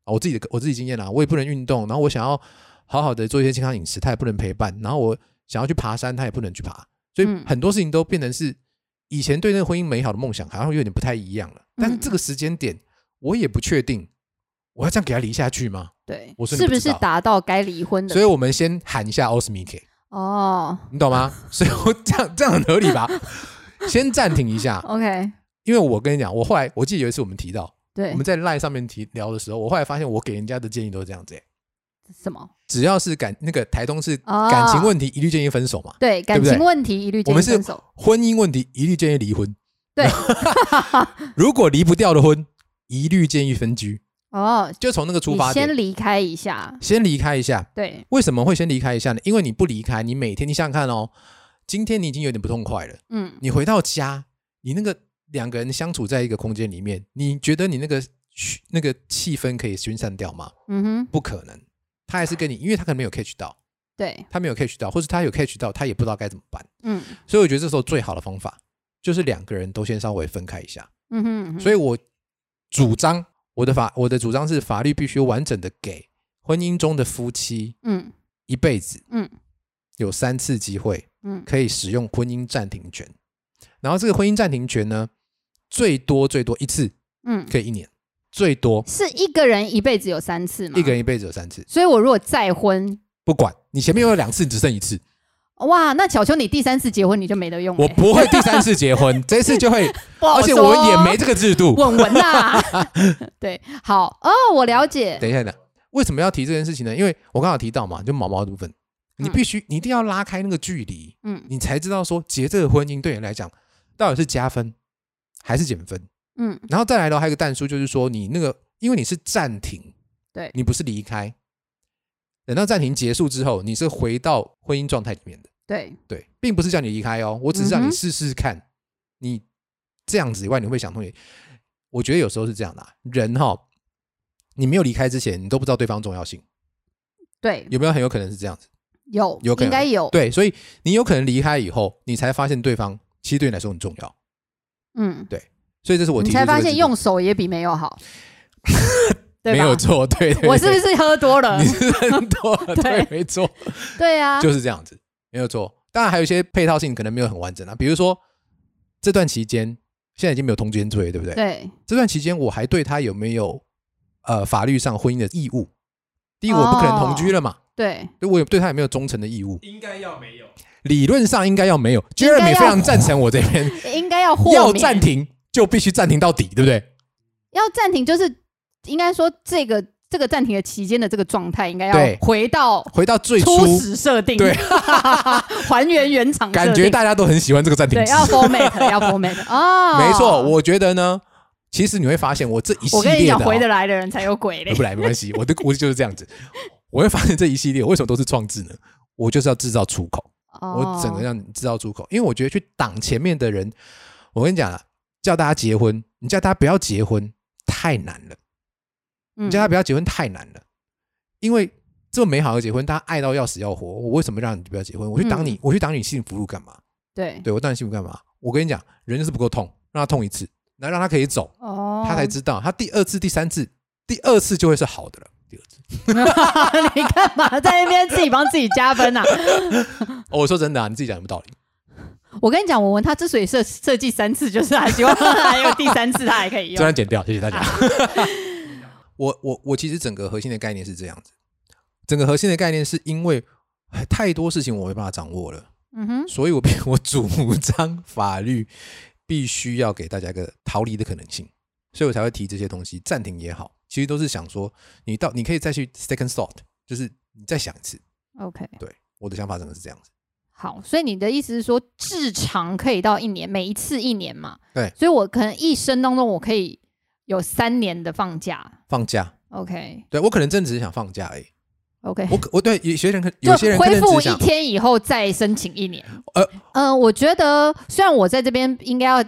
我自己经验啦，我也不能运动，然后我想要好好的做一些健康饮食，他也不能陪伴，然后我想要去爬山，他也不能去爬，所以很多事情都变成是以前对那个婚姻美好的梦想好像有点不太一样了。但是这个时间点，我也不确定我要这样给他离下去吗？ 对， 我是不是达到该离婚的？ 所以我们先喊一下 Osmike 你懂吗？所以我这样很合理吧？先暂停一下 ，OK。 因为我跟你讲，我记得有一次我们提到， 对， 我们在 LINE 上面聊的时候，我后来发现我给人家的建议都是这样子。 什么？只要是那个台东是感情问题，一律建议分手嘛。 对，感情问题一律建议分手。 我们是婚姻问题，一律建议离婚。 对， 如果离不掉的婚，一律建议分居。就从那个出发点， 先离开一下。 对，为什么会先离开一下呢？因为你不离开，你每天你想想看哦，今天你已经有点不痛快了，你回到家，你那个2个人相处在一个空间里面，你觉得你那个气氛可以熏散掉吗？不可能，他还是跟你，因为他可能没有 catch 到， 对， 他没有 catch 到，或是他有 catch 到，他也不知道该怎么办。所以我觉得这时候最好的方法就是2个人都先稍微分开一下。所以我主张。我的主张是，法律必须完整的给婚姻中的夫妻，一辈子，有3次机会，可以使用婚姻暂停权。然后这个婚姻暂停权呢，最多一次，可以1年，最多是一个人一辈子有3次吗？ 一个人一辈子有3次。 所以我如果再婚， 不管你前面有2次，只剩1次。 哇，那巧秋你第3次结婚你就没得用我不会第3次结婚，这次就会，而且我也没这个制度。 稳啊对，好我了解。 等一下，为什么要提这件事情呢？因为我刚好提到嘛，就毛毛的部分，你一定要拉开那个距离，你才知道说结这个婚姻对你来讲到底是加分还是减分。然后再来的还有一个但书，就是说你那个，因为你是暂停， 对， 你不是离开。等到暂停结束之后，你是回到婚姻状态里面的。对，并不是叫你离开哦，我只是让你试试看，你这样子以外，你会想通。我觉得有时候是这样的，人你没有离开之前，你都不知道对方重要性。 对， 有没有很有可能是这样子？ 有可能，应该有。 对，所以你有可能离开以后，你才发现对方其实对你来说很重要。对，所以这是我提出的。 你才发现用手也比没有好。 没有错，对， 我是不是喝多了？ 你是喝多了，对，没错， 对啊， 就是这样子，没有错。当然还有一些配套性可能没有很完整比如说这段期间现在已经没有通奸罪，对不对？ 对， 这段期间我还对他有没有法律上婚姻的义务？第一，我不可能同居了嘛， 对， 我也对他有没有忠诚的义务？ 应该要没有， 理论上应该要没有。Jeremy 非常赞成我这边， 应该要豁免， 要暂停就必须暂停到底，对不对？ 要暂停就是应该说这个暂停的期间的这个状态应该要回到最初始设定， 对， 还原原厂设定。 感觉大家都很喜欢这个暂停对，要 format 哦， 没错。我觉得呢，其实你会发现我这一系列的， 我跟你讲，回得来的人才有鬼嘞， 回不来没关系，我就是这样子。我会发现这一系列为什么都是创制呢？我就是要制造出口，我整个让你制造出口，因为我觉得去挡前面的人，我跟你讲叫大家结婚，你叫大家不要结婚太难了。你叫他不要结婚太难了，因为这么美好的结婚，大家爱到要死要活，我为什么让你不要结婚？我去挡你幸福路干嘛？对，我当你幸福干嘛？我跟你讲，人就是不够痛，让他痛一次，然后让他可以走，他才知道，他第2次、第3次，第2次就会是好的了。第2次， 你干嘛在那边自己帮自己加分啊？ 我说真的你自己讲有没有道理？ 我跟你讲，我问他之所以设计3次，就是他希望还有第3次他还可以用。 这段剪掉，谢谢大家。我其实整个核心的概念是这样子，整个核心的概念是因为太多事情我没办法掌握了，所以我主张法律必须要给大家一个逃离的可能性，所以我才会提这些东西，暂停也好，其实都是想说你可以再去 second thought， 就是你再想一次。 OK， 对，我的想法整个是这样子。 好，所以你的意思是说，至长可以到1年，每一次1年嘛？ 对， 所以我可能一生当中我可以有3年的放假。OK， 对，我可能真的只是想放假而已。 OK， 我对有些人可能恢复1天以后再申请1年。我觉得虽然我在这边应该要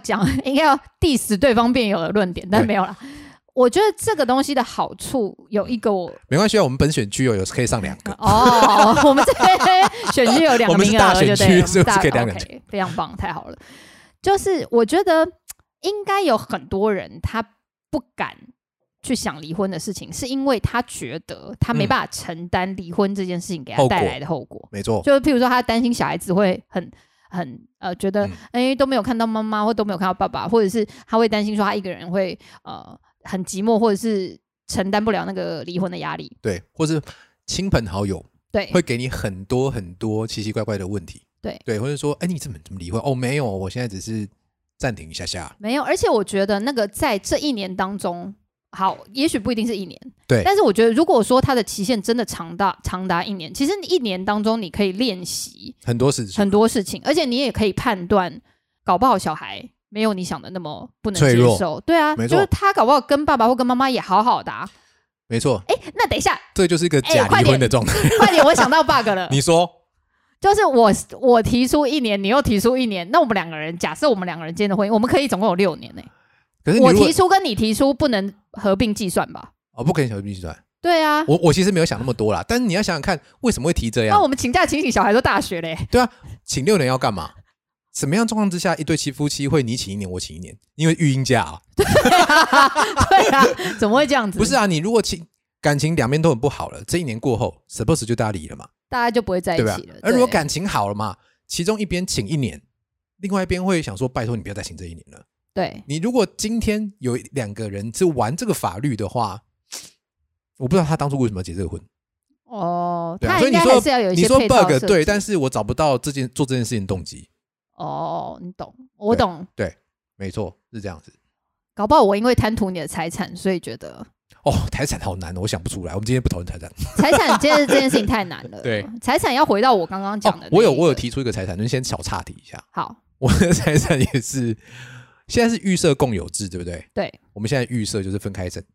diss 对方辩友的论点，但没有啦。我觉得这个东西的好处有一个， 没关系我们本选区有可以上2个。 我们这边选区有2个名额，我们是大选区，是不是可以2个 ？OK， 非常棒，太好了。就是我觉得应该有很多人他不敢去想离婚的事情，是因为他觉得他没办法承担离婚这件事情给他带来的后果。 没错， 就是譬如说他担心小孩子会很觉得都没有看到妈妈或都没有看到爸爸，或者是他会担心说他一个人会很寂寞，或者是承担不了那个离婚的压力。 对，或是亲朋好友对会给你很多很多奇奇怪怪的问题。对，或者说你怎么离婚？没有，我现在只是暂停一下下。 没有，而且我觉得那个在这1年当中，好，也许不一定是1年， 对， 但是我觉得如果说它的期限真的长达1年，其实1年当中你可以练习很多事情， 而且你也可以判断，搞不好小孩没有你想的那么不能接受。对啊，就是他搞不好跟爸爸或跟妈妈也好好的没错。 那等一下， 这就是一个假离婚的状态。 快点，我想到 bug 了。 你说， 就是我提出1年，你又提出1年，那我们2个人，假设我们2个人之间的婚姻，我们可以总共有6年可是我提出跟你提出不能合并计算吧？ 不可以合并计算。 对啊， 我其实没有想那么多啦，但是你要想想看，为什么会提这样？ 那我们请假请小孩都大学嘞。 对啊，请6年要干嘛？什么样状况之下，一对夫妻会你请1年，我请1年？因为育婴假啊。 对啊，怎么会这样子？ 不是啊，你如果感情两边都很不好了，这1年过后 suppose 就大家离了嘛， 大家就不会在一起了。 对吧？而如果感情好了嘛，其中一边请1年，另外一边会想说拜托你不要再请这1年了。 对， 你如果今天有2个人是玩这个法律的话，我不知道他当初为什么要结这个婚。 他应该还是要有一些配套设计。 你说 bug 对，但是我找不到做这件事情动机。 你懂，我懂。 对，没错，是这样子。 搞不好我因为贪图你的财产，所以觉得财产好难我想不出来。我们今天不讨论财产。 财产这件事情太难了。 对， 财产要回到我刚刚讲的我有提出一个财产，就先小岔题一下。 好， 我的财产也是。现在是预设共有制，对不对？ 对，我们现在预设就是分开制。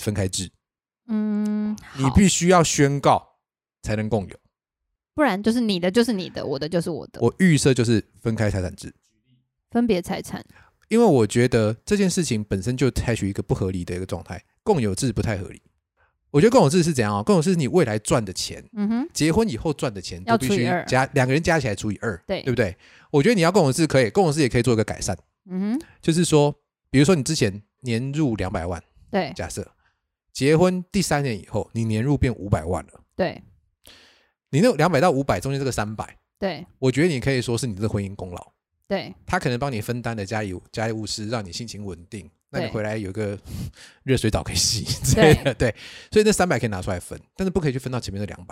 你必须要宣告才能共有， 不然就是你的就是你的，我的就是我的。 我预设就是分开财产制， 分别财产。 因为我觉得这件事情本身就采取一个不合理的一个状态，共有制不太合理。我觉得共有制是怎样共有制是你未来赚的钱，结婚以后赚的钱都必须2个人加起来除以2，对不对？我觉得你要共有制可以，共有制也可以做一个改善。就是说，比如说你之前年入200万， 对， 假设结婚第3年以后，你年入变500万了， 对， 你那200到500中间这个300， 对， 我觉得你可以说是你的婚姻功劳， 对， 他可能帮你分担的家里务事，让你心情稳定，那你回来有个热水澡可以洗之类的，对，所以那300可以拿出来分，但是不可以去分到前面的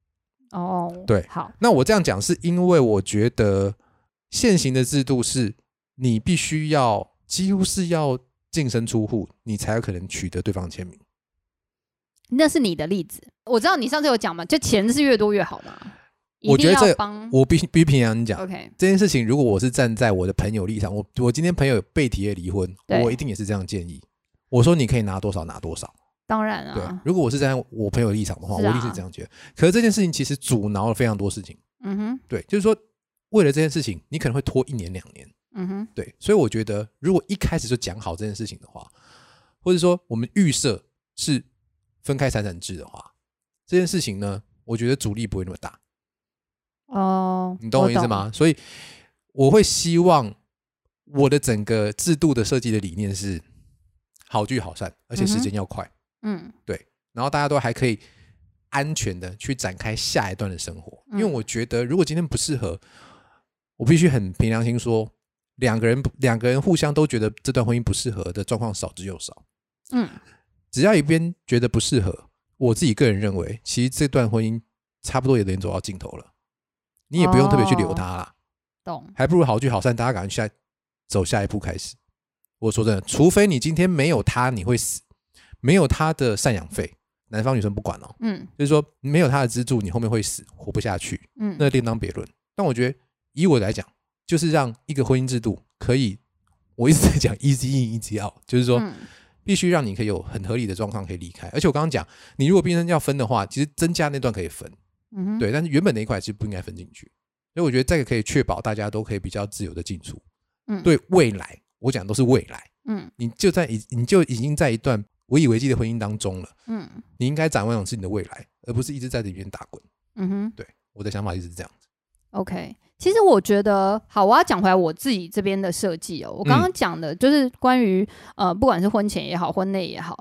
200。对， 好， 那我这样讲是因为我觉得现行的制度是。你必须要几乎是要净身出户，你才有可能取得对方的签名。 那是你的例子，我知道你上次有讲嘛，就钱是越多越好嘛。 我觉得我必须平常讲，这件事情如果我是站在我的朋友立场，我今天朋友被提了离婚，我一定也是这样建议。我说你可以拿多少拿多少。 当然啊， 对，如果我是站在我朋友立场的话，我一定是这样觉得。可是这件事情其实阻挠了非常多事情。对，就是说为了这件事情，你可能会拖1年2年。对，所以我觉得如果一开始就讲好这件事情的话，或者说我们预设是分开财产制的话，这件事情呢，我觉得阻力不会那么大。你懂我意思吗？所以我会希望我的整个制度的设计的理念是好聚好散，而且时间要快。对，然后大家都还可以安全的去展开下一段的生活。因为我觉得如果今天不适合，我必须很凭良心说。两个人互相都觉得这段婚姻不适合的状况少之又少。只要一边觉得不适合，我自己个人认为，其实这段婚姻差不多也能走到尽头了，你也不用特别去留它啦。 懂？ 还不如好聚好散，大家赶快走下一步开始。我说真的，除非你今天没有他，你会死，没有他的赡养费，男方女生不管就是说没有他的资助，你后面会死，活不下去。那另当别论。但我觉得以我来讲。就是让一个婚姻制度可以，我一直在讲 easy in easy out， 就是说必须让你可以有很合理的状况可以离开。而且我刚刚讲，你如果变成要分的话，其实增加那段可以分，对，但是原本那一块其实不应该分进去。所以我觉得这个可以确保大家都可以比较自由的进出。对未来，我讲都是未来，你就已经在一段无以为继的婚姻当中了，你应该展望的是你的未来，而不是一直在里面打滚。对，我的想法一直是这样子。 OK。其实我觉得，好，我要讲回来我自己这边的设计我刚刚讲的就是关于不管是婚前也好，婚内也好，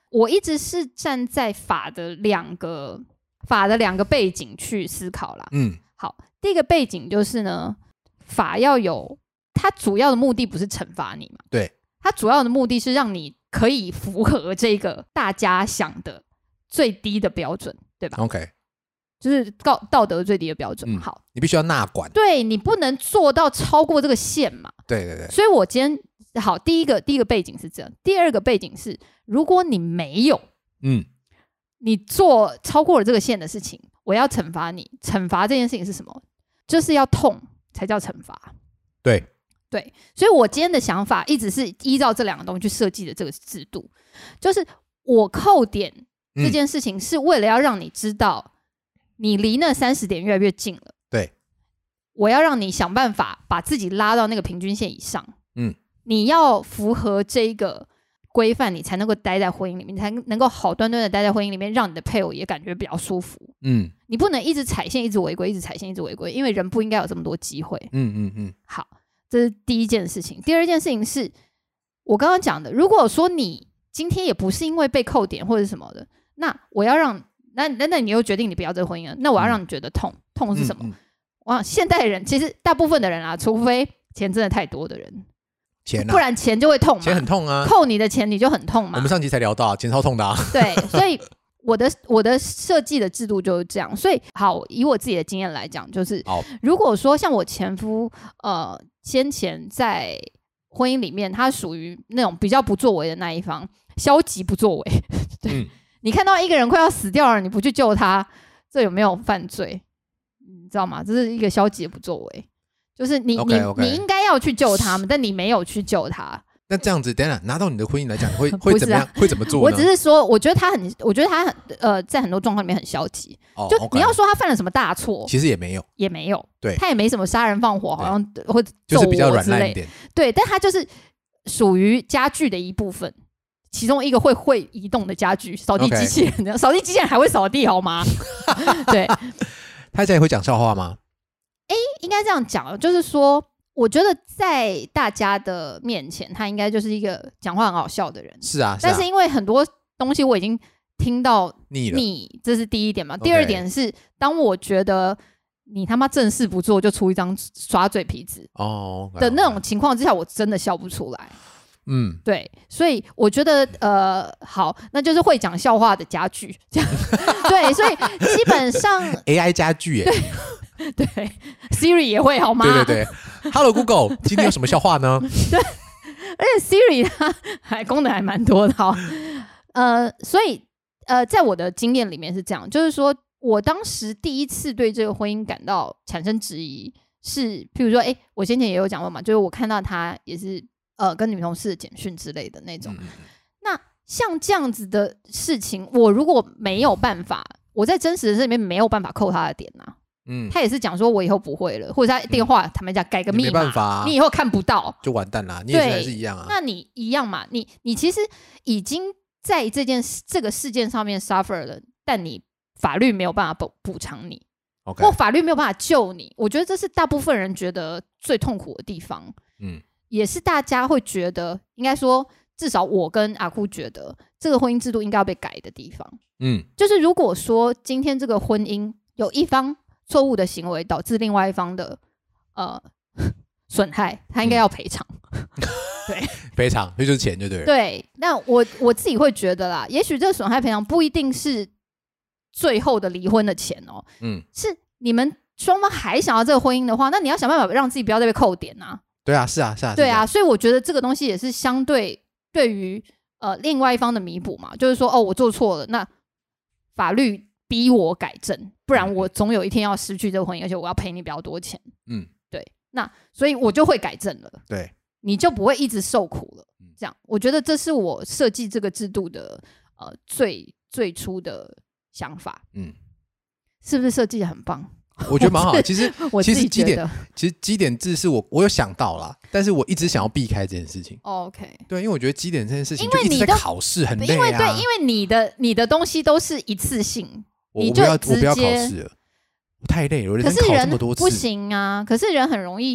我一直是站在法的两个背景去思考啦。好，第一个背景就是呢，法要有它主要的目的不是惩罚你嘛， 对， 它主要的目的是让你可以符合这个大家想的最低的标准，对吧 ？OK， 就是道德最低的标准。好， 你必须要纳管， 对，你不能做到超过这个线嘛。 对对对。 所以我今天好，第一个背景是这样，第二个背景是，如果你没有，你做超过了这个线的事情，我要惩罚你。惩罚这件事情是什么？就是要痛才叫惩罚。 对对，所以我今天的想法一直是依照这两个东西去设计的这个制度，就是我扣点这件事情是为了要让你知道你离那30点越来越近了。 对， 我要让你想办法把自己拉到那个平均线以上。你要符合这个规范，你才能够待在婚姻里面，你才能够好端端的待在婚姻里面，让你的配偶也感觉比较舒服。你不能一直踩线，一直违规，一直踩线，一直违规，因为人不应该有这么多机会。好，这是第一件事情。第二件事情是我刚刚讲的，如果说你今天也不是因为被扣点或者什么的，那我要让那你又决定你不要这个婚姻了，那我要让你觉得痛。痛是什么？哇，现代人其实大部分的人啊，除非钱真的太多的人。不然钱就会痛嘛， 钱很痛啊， 扣你的钱你就很痛嘛。 我们上集才聊到钱超痛的啊。 对，所以我的设计的制度就是这样。所以好，以我自己的经验来讲，就是如果说像我前夫先前在婚姻里面，他属于那种比较不作为的那一方，消极不作为。对，你看到一个人快要死掉了，你不去救他，这有没有犯罪？你知道吗？这是一个消极的不作为。就是你应该要去救他们，但你没有去救他。 那这样子，等一下拿到你的婚姻来讲，会怎么样？会怎么做呢？ 我只是说，我觉得他在很多状况里面很消极。就你要说他犯了什么大错， 其实也没有， 对，他也没什么杀人放火，好像会就是比较软烂一点。 对，但他就是属于家具的一部分，其中一个会移动的家具，扫地机器人。扫地机器人还会扫地好吗？对， 他家里会讲笑话吗？ 应该这样讲，就是说，我觉得在大家的面前，他应该就是一个讲话很好笑的人。 是啊， 但是因为很多东西我已经听到腻了， 这是第一点嘛。第二点是，当我觉得你他妈正事不做就出一张耍嘴皮子的那种情况之下，我真的笑不出来。对，所以我觉得好，那就是会讲笑话的家具，这样对，所以基本上 AI 家具耶。 对 Siri 也会好吗？ 对对对 ，Hello Google， 今天有什么笑话呢？ 对，而且 Siri 它功能还蛮多的。好，所以在我的经验里面是这样，就是说我当时第一次对这个婚姻产生质疑，是譬如说，我先前也有讲过嘛，就是我看到他也是跟女同事的简讯之类的那种。那像这样子的事情，我如果没有办法，我在真实的这里面没有办法扣他的点啊。他也是讲说我以后不会了，或者他电话坦白讲改个密码， 没办法你以后看不到就完蛋了，你也是还是一样啊。 那你一样嘛，你其实已经在这个事件上面 suffer 了，但你法律没有办法补偿你，或法律没有办法救你。我觉得这是大部分人觉得最痛苦的地方，也是大家会觉得，应该说至少我跟阿哭觉得这个婚姻制度应该要被改的地方。就是如果说今天这个婚姻有一方错误的行为导致另外一方的损害，他应该要赔偿。对， 赔偿，那就是钱就对了。 对，那我自己会觉得啦，也许这个损害赔偿不一定是最后的离婚的钱哦，是你们双方还想要这个婚姻的话，那你要想办法让自己不要再被扣点啊。 对啊，是啊，是啊， 对啊，所以我觉得这个东西也是相对于另外一方的弥补嘛，就是说我做错了，那法律逼我改正，不然我总有一天要失去这个婚姻，而且我要赔你比较多钱。对，那所以我就会改正了。 对， 你就不会一直受苦了。这样，我觉得这是我设计这个制度的最初的想法。是不是设计的很棒？ 我觉得蛮好。其实我自己觉得， 其实基点制是我有想到啦，但是我一直想要避开这件事情。 OK， 对，因为我觉得基点这件事情就一直在考试，很累啊。 因为你的东西都是一次性， 我不要考试了，太累了。我人生考这么多次不行啊。可是人很容易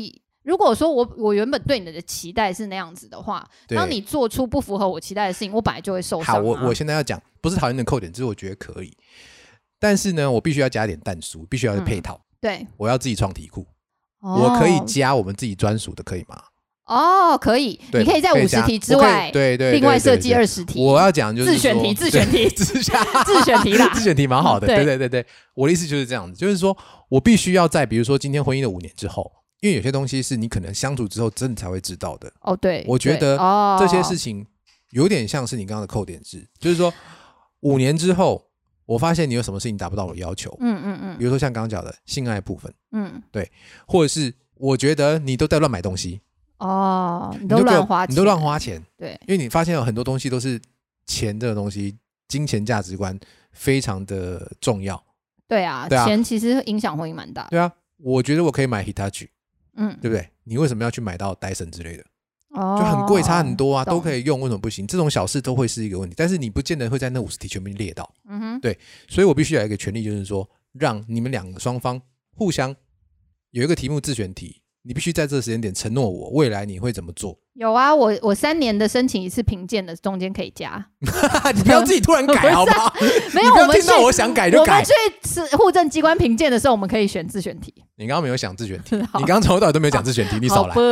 如果说我原本对你的期待是那样子的话，当你做出不符合我期待的事情，我本来就会受伤。 好，我现在要讲不是讨厌的扣点，只是我觉得可以，但是呢，我必须要加点弹书，必须要配套。 对， 我要自己创题库，我可以加我们自己专属的，可以吗？ 可以，你可以在50题之外， 对， 另外设计20题。 我要讲就是自选题自选题啦，自选题蛮好的。对，我的意思就是这样子，就是说我必须要在比如说今天婚姻的5年之后，因为有些东西是你可能相处之后真的才会知道的。 对， 我觉得这些事情有点像是你刚刚的扣点制，就是说5年之后，我发现你有什么事情达不到我的要求，比如说像刚刚讲的性爱部分，对，或者是我觉得你都在乱买东西。 你都乱花钱， 对，因为你发现有很多东西都是钱这个东西，金钱价值观非常的重要。 对啊，钱其实影响婚姻蛮大的。 对啊，我觉得我可以买 Hitachi，对不对？你为什么要去买到 Dyson 之类的？就很贵，差很多啊，都可以用，为什么不行？这种小事都会是一个问题，但是你不见得会在那50题全部列到。对，所以我必须有一个权利，就是说让你们两个双方互相有一个题目自选题。你必须在这个时间点承诺我，未来你会怎么做？ 有啊，我3年的申请一次评鉴的，中间可以加。 你不要自己突然改好不好？ 没有， 我们听到我想改就改。 我们去户政机关评鉴的时候，我们可以选自选题。 你刚刚没有想自选题，你刚刚从头到尾都没有讲自选题，你少来。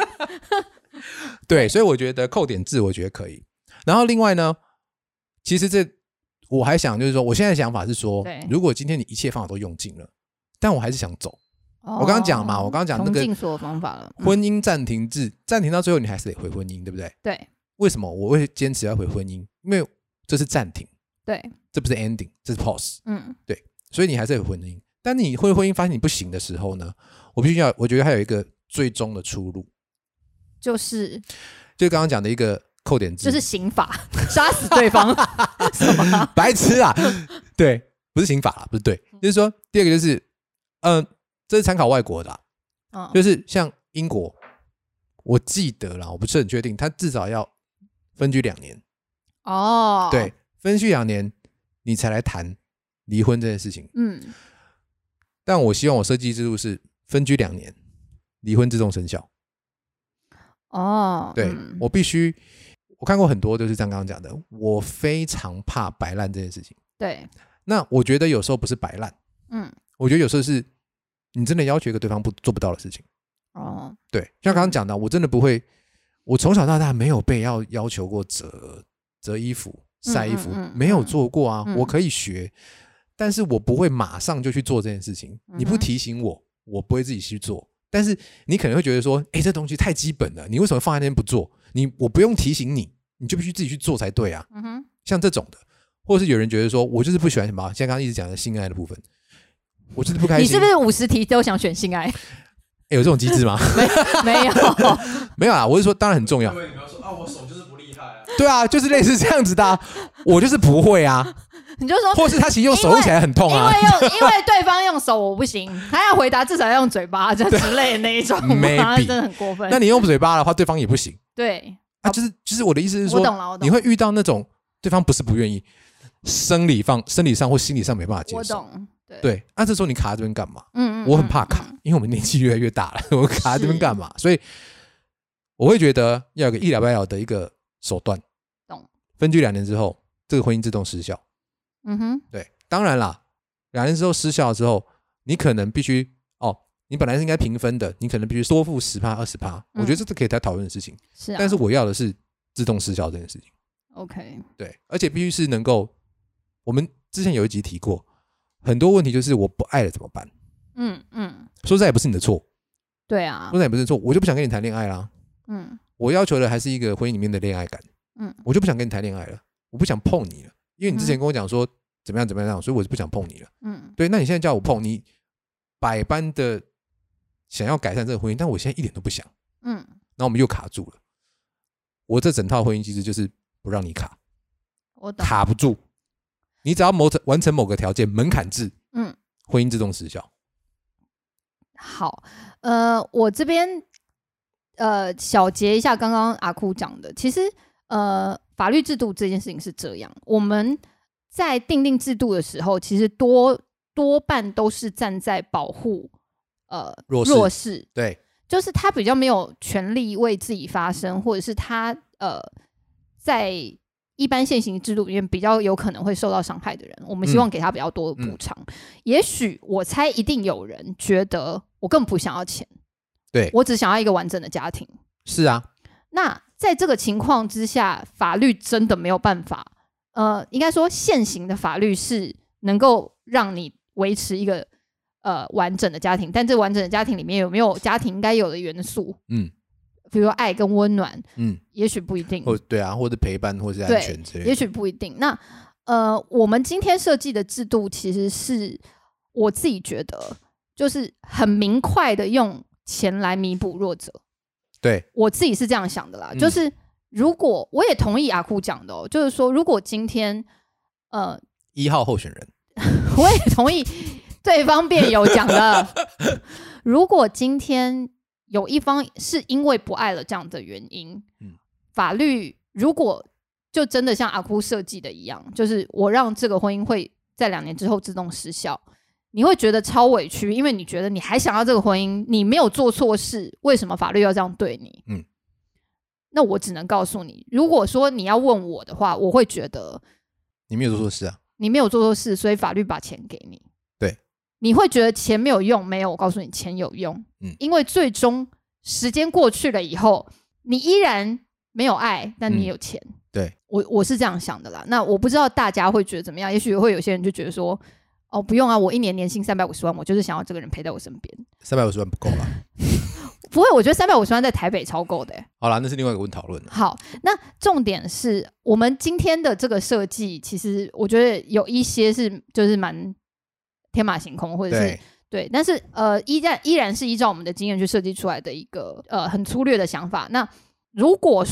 对，所以我觉得扣点制，我觉得可以。然后另外呢，其实我还想就是说，我现在的想法是说，如果今天你一切方法都用尽了，但我还是想走。我刚刚讲嘛，我刚刚讲那个尽所有方法了。 婚姻暂停制，暂停到最后你还是得回婚姻，对不对？ 对。 为什么我会坚持要回婚姻？因为这是暂停， 对， 这不是 ending， 这是 pause。对，所以你还是回婚姻。但你回婚姻发现你不行的时候呢，我觉得还有一个最终的出路，就是刚刚讲的一个扣点制， 就是刑法，杀死对方。什么？ 白痴啊！对，不是刑法啦，不是对，就是说第二个就是这是参考外国的就是像英国，我记得啦，我不是很确定，他至少要分居2年。对，分居2年你才来谈离婚这件事情。但我希望我设计制度是分居2年，离婚自动生效。对，我必须，我看过很多就是像刚刚讲的，我非常怕摆烂这件事情。对，那我觉得有时候不是摆烂，我觉得有时候是你真的要求一个对方做不到的事情。对，像刚刚讲的，我真的不会，我从小到大没有被要求过折衣服、晒衣服，没有做过啊。我可以学，但是我不会马上就去做这件事情。你不提醒我，我不会自己去做。但是你可能会觉得说，这东西太基本了，你为什么放在那边不做？我不用提醒你，你就必须自己去做才对啊。像这种的，或者是有人觉得说，我就是不喜欢什么，像刚刚一直讲的性爱的部分。我就是不开心。 你是不是50题都想选性爱？ 有这种机制吗？ 没有， 没有啊！我是说，当然很重要。 你不要说我手就是不厉害啊。 对啊，就是类似这样子的我就是不会啊。 你就说， 或是他其实用手用起来很痛啊， 因为对方用手我不行，他要回答至少要用嘴巴这之类的那一种，真的很过分。 那你用嘴巴的话，对方也不行。 对啊，就是我的意思是说， 我懂了， 你会遇到那种对方不是不愿意，生理上或心理上没办法接受。 我懂。 对，这时候你卡在这边干嘛？我很怕卡，因为我们年纪越来越大了，我卡在这边干嘛？所以我会觉得要有个一了百了的一个手段。懂。分居2年之后，这个婚姻自动失效。对，当然啦，2年之后失效之后，你可能必须你本来是应该平分的，你可能必须多付10%、20%。我觉得这是可以再讨论的事情。是啊。但是我要的是自动失效这件事情。OK。对，而且必须是能够，我们之前有一集提过。很多问题就是我不爱了怎么办？说实在也不是你的错。对啊，说实在也不是错，我就不想跟你谈恋爱啦。我要求的还是一个婚姻里面的恋爱感。我就不想跟你谈恋爱了，我不想碰你了，因为你之前跟我讲说怎么样怎么样，所以我就不想碰你了。对，那你现在叫我碰你，百般的想要改善这个婚姻，但我现在一点都不想。那我们又卡住了。我这整套婚姻机制就是不让你卡，我懂，卡不住。你只要完成某个条件，门槛制，婚姻自动失效。好， 我这边小结一下刚刚阿库讲的，其实法律制度这件事情是这样，我们在订定制度的时候，其实多半都是站在保护弱势。 对， 就是他比较没有权利为自己发声，或者是他在一般现行制度里面比较有可能会受到伤害的人，我们希望给他比较多的补偿。也许我猜一定有人觉得我根本不想要钱， 对， 我只想要一个完整的家庭。 是啊， 那在这个情况之下，法律真的没有办法，应该说现行的法律是能够让你维持一个完整的家庭，但这完整的家庭里面有没有家庭应该有的元素？比如说爱跟温暖，也许不一定。 对啊，或者陪伴，或者是安全之类的， 也许不一定。那我们今天设计的制度，其实是我自己觉得，就是很明快的用钱来弥补弱者。 对， 我自己是这样想的啦，就是如果我也同意阿库讲的就是说，如果今天 1号候选人， 我也同意对方辩友讲的，如果今天有一方是因为不爱了这样的原因，法律如果就真的像阿库设计的一样，就是我让这个婚姻会在2年之后自动失效，你会觉得超委屈，因为你觉得你还想要这个婚姻，你没有做错事，为什么法律要这样对你？那我只能告诉你，如果说你要问我的话，我会觉得你没有做错事啊， 你没有做错事，所以法律把钱给你。 对， 你会觉得钱没有用，没有，我告诉你，钱有用。因为最终时间过去了以后，你依然没有爱，但你有钱。 对， 我是这样想的啦。那我不知道大家会觉得怎么样，也许会有些人就觉得说，哦，不用啊，我一年年薪350万，我就是想要这个人陪在我身边。 350万不够啦。 不会，我觉得350万在台北超够的。 好啦，那是另外一个讨论。 好，那重点是我们今天的这个设计，其实我觉得有一些是就是蛮天马行空，或者是对，但是依然是依照我们的经验去设计出来的一个很粗略的想法。那如果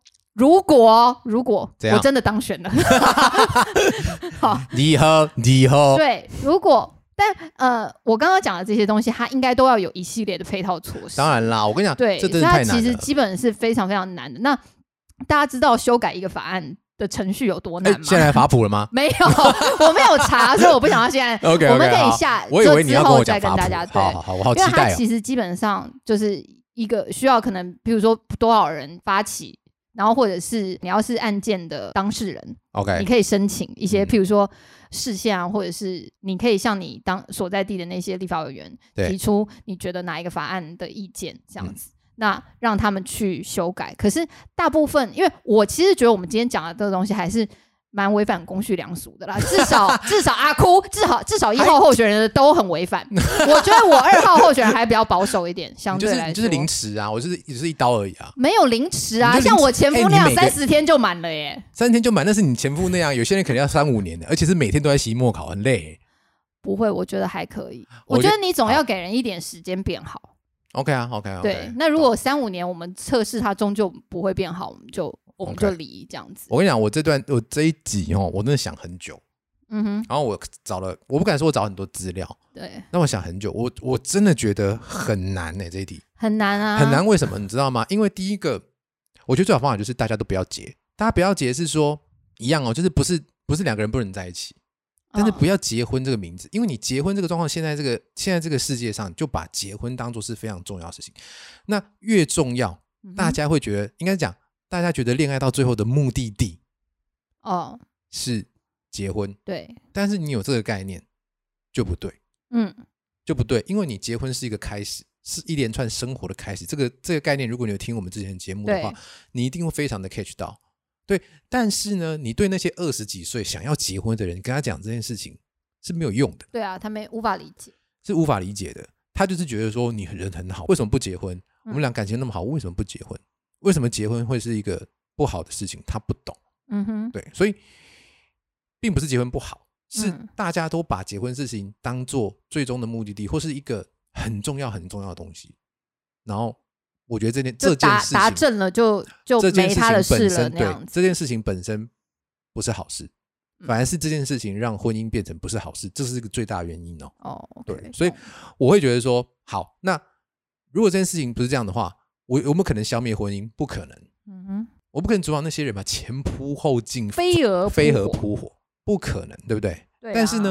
我真的当选了，好， 你好， 对，如果。但我刚刚讲的这些东西，它应该都要有一系列的配套措施。 当然啦，我跟你讲， 对， 这真的太难了。 所以它其实基本是非常非常难的。那大家知道修改一个法案的程序有多难吗？ 现在法普了吗？ 没有，我没有查，所以我不想要现在。 okay, 我们可以下， 我以为你要跟我讲再跟大家对， 好，我好期待。 因为它其实基本上就是一个需要可能，比如说多少人发起。然后或者是你要是案件的当事人 ，OK， 你可以申请一些，譬如说释宪啊，或者是你可以向你所在地的那些立法委员提出你觉得哪一个法案的意见，这样子，那让他们去修改。可是大部分，因为我其实觉得我们今天讲的这个东西还是蛮违反公序良俗的啦，至少阿哭，至少1号候选人的都很违反。我觉得我2号候选人还比较保守一点，相对来说就是凌迟啊，我就是一刀而已啊， 没有凌迟啊，像我前夫那样30天就满了耶 ，30天就满，那是你前夫那样，有些人可能要3-5年的，而且是每天都在期末考，很累。 不会，我觉得还可以。我觉得你总要给人一点时间变好。 OK 啊 ，OK。 对，那如果3-5年我们测试它终究不会变好，我们就离这样子。 我跟你讲，我这一集我真的想很久，然后我不敢说我找很多资料， 对， 那我想很久，我真的觉得很难这一题很难啊， 很难。为什么你知道吗？因为第一个，我觉得最好方法就是大家都不要结，大家不要结是说一样就是不是2个人不能在一起，但是不要结婚这个名字，因为你结婚这个状况，现在这个世界上就把结婚当作是非常重要的事情，那越重要，大家会觉得应该讲。大家觉得恋爱到最后的目的地是结婚， 对， 但是你有这个概念就不对，就不对，因为你结婚是一个开始，是一连串生活的开始。这个概念，如果你有听我们之前的节目的话，你一定会非常的 catch 到。对，但是呢，你对那些20几岁想要结婚的人，跟他讲这件事情是没有用的。 对啊，他们无法理解， 是无法理解的。他就是觉得说你人很好，为什么不结婚？我们俩感情那么好，为什么不结婚？为什么结婚会是一个不好的事情？他不懂。对，所以并不是结婚不好，是大家都把结婚事情当做最终的目的地，或是一个很重要很重要的东西。然后我觉得这件事情达正了就没他的事了那样子。 这件事情本身不是好事，反而是这件事情让婚姻变成不是好事，这是一个最大的原因对，所以我会觉得说，好，那如果这件事情不是这样的话，我们可能消灭婚姻，不可能。我不可能阻挡那些人把前仆后继、飞蛾扑火，不可能，对不对？ 对啊， 但是呢，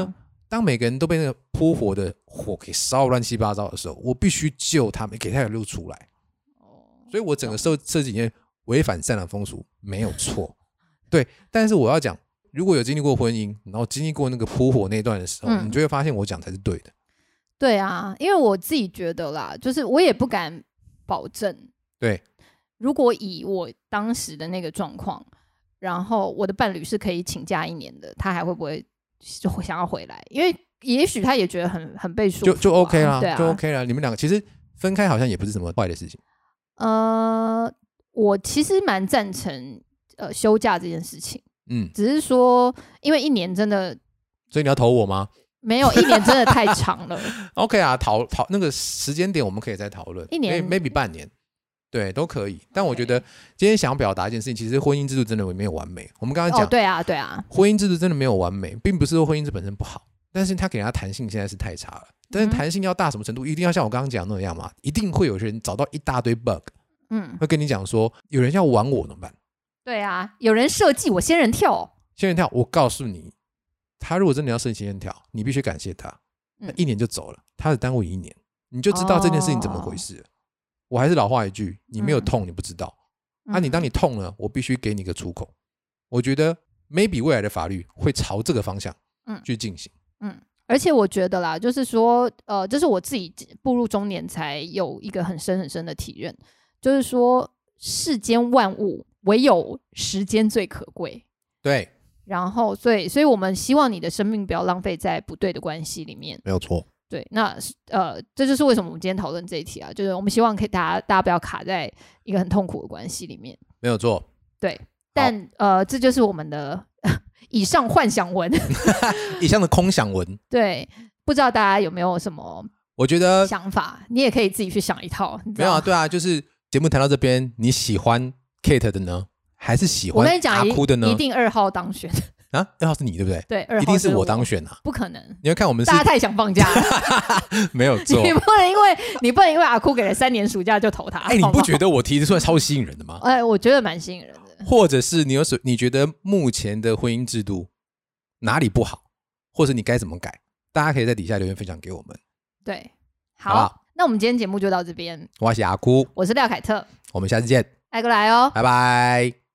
当每个人都被那个扑火的火给烧乱七八糟的时候，我必须救他们，给他条路出来。所以我整个设计里面违反善良风俗没有错，对。但是我要讲，如果有经历过婚姻，然后经历过那个扑火那段的时候，你就会发现我讲才是对的。 对啊，因为我自己觉得啦，就是我也不敢保证。 对， 如果以我当时的那个状况，然后我的伴侣是可以请假1年的，他还会不会想要回来？因为也许他也觉得很被束缚、 就 OK 啦， 对啊， 就 OK 啦。你们两个其实分开好像也不是什么坏的事情。 我其实蛮赞成休假这件事情，只是说因为1年真的， 所以你要投我吗？ 没有，1年真的太长了。 OK 啊，讨那个时间点我们可以再讨论，1年 maybe 半年，对，都可以。但我觉得今天想表达一件事情，其实婚姻制度真的没有完美。我们刚刚讲， 对啊，对啊， 婚姻制度真的没有完美，并不是说婚姻制本身不好，但是它给它弹性现在是太差了。但是弹性要大什么程度，一定要像我刚刚讲那样嘛？一定会有些人找到一大堆 bug，会跟你讲说，有人要玩我怎么办？ 对啊，有人设计我仙人跳， 仙人跳，我告诉你。他如果真的要设计仙人跳，你必须感谢他，那1年就走了，他只耽误你1年，你就知道这件事情怎么回事了。我还是老话一句，你没有痛你不知道，你当你痛了，我必须给你一个出口。我觉得 maybe 未来的法律会朝这个方向去进行。 而且我觉得啦，就是说，这是我自己步入中年才有一个很深很深的体认，就是说世间万物唯有时间最可贵。 对。 然后，所以我们希望你的生命不要浪费在不对的关系里面， 没有错。 对，那这就是为什么我们今天讨论这一题啊，就是我们希望可以大家不要卡在一个很痛苦的关系里面， 没有错。 对，但这就是我们的以上幻想文， 以上的空想文。 对，不知道大家有没有什么我觉得想法，你也可以自己去想一套。 没有啊，对啊，就是节目谈到这边，你喜欢 Kate 的呢？还是喜欢阿哭的呢？ 一定2号当选啊！2号是你对不对？ 对，2号一定是我当选啊！ 不可能， 你要看我们是大家太想放假了， 没有错。 你不能因为阿哭给了3年暑假就投他。 你不觉得我提出来超吸引人的吗？ 我觉得蛮吸引人的。 或者是你觉得目前的婚姻制度哪里不好，或者你该怎么改？大家可以在底下留言分享给我们。 对，好，那我们今天节目就到这边。 我是阿哭， 我是廖凯特， 我们下次见， 爱过来哦， 拜拜。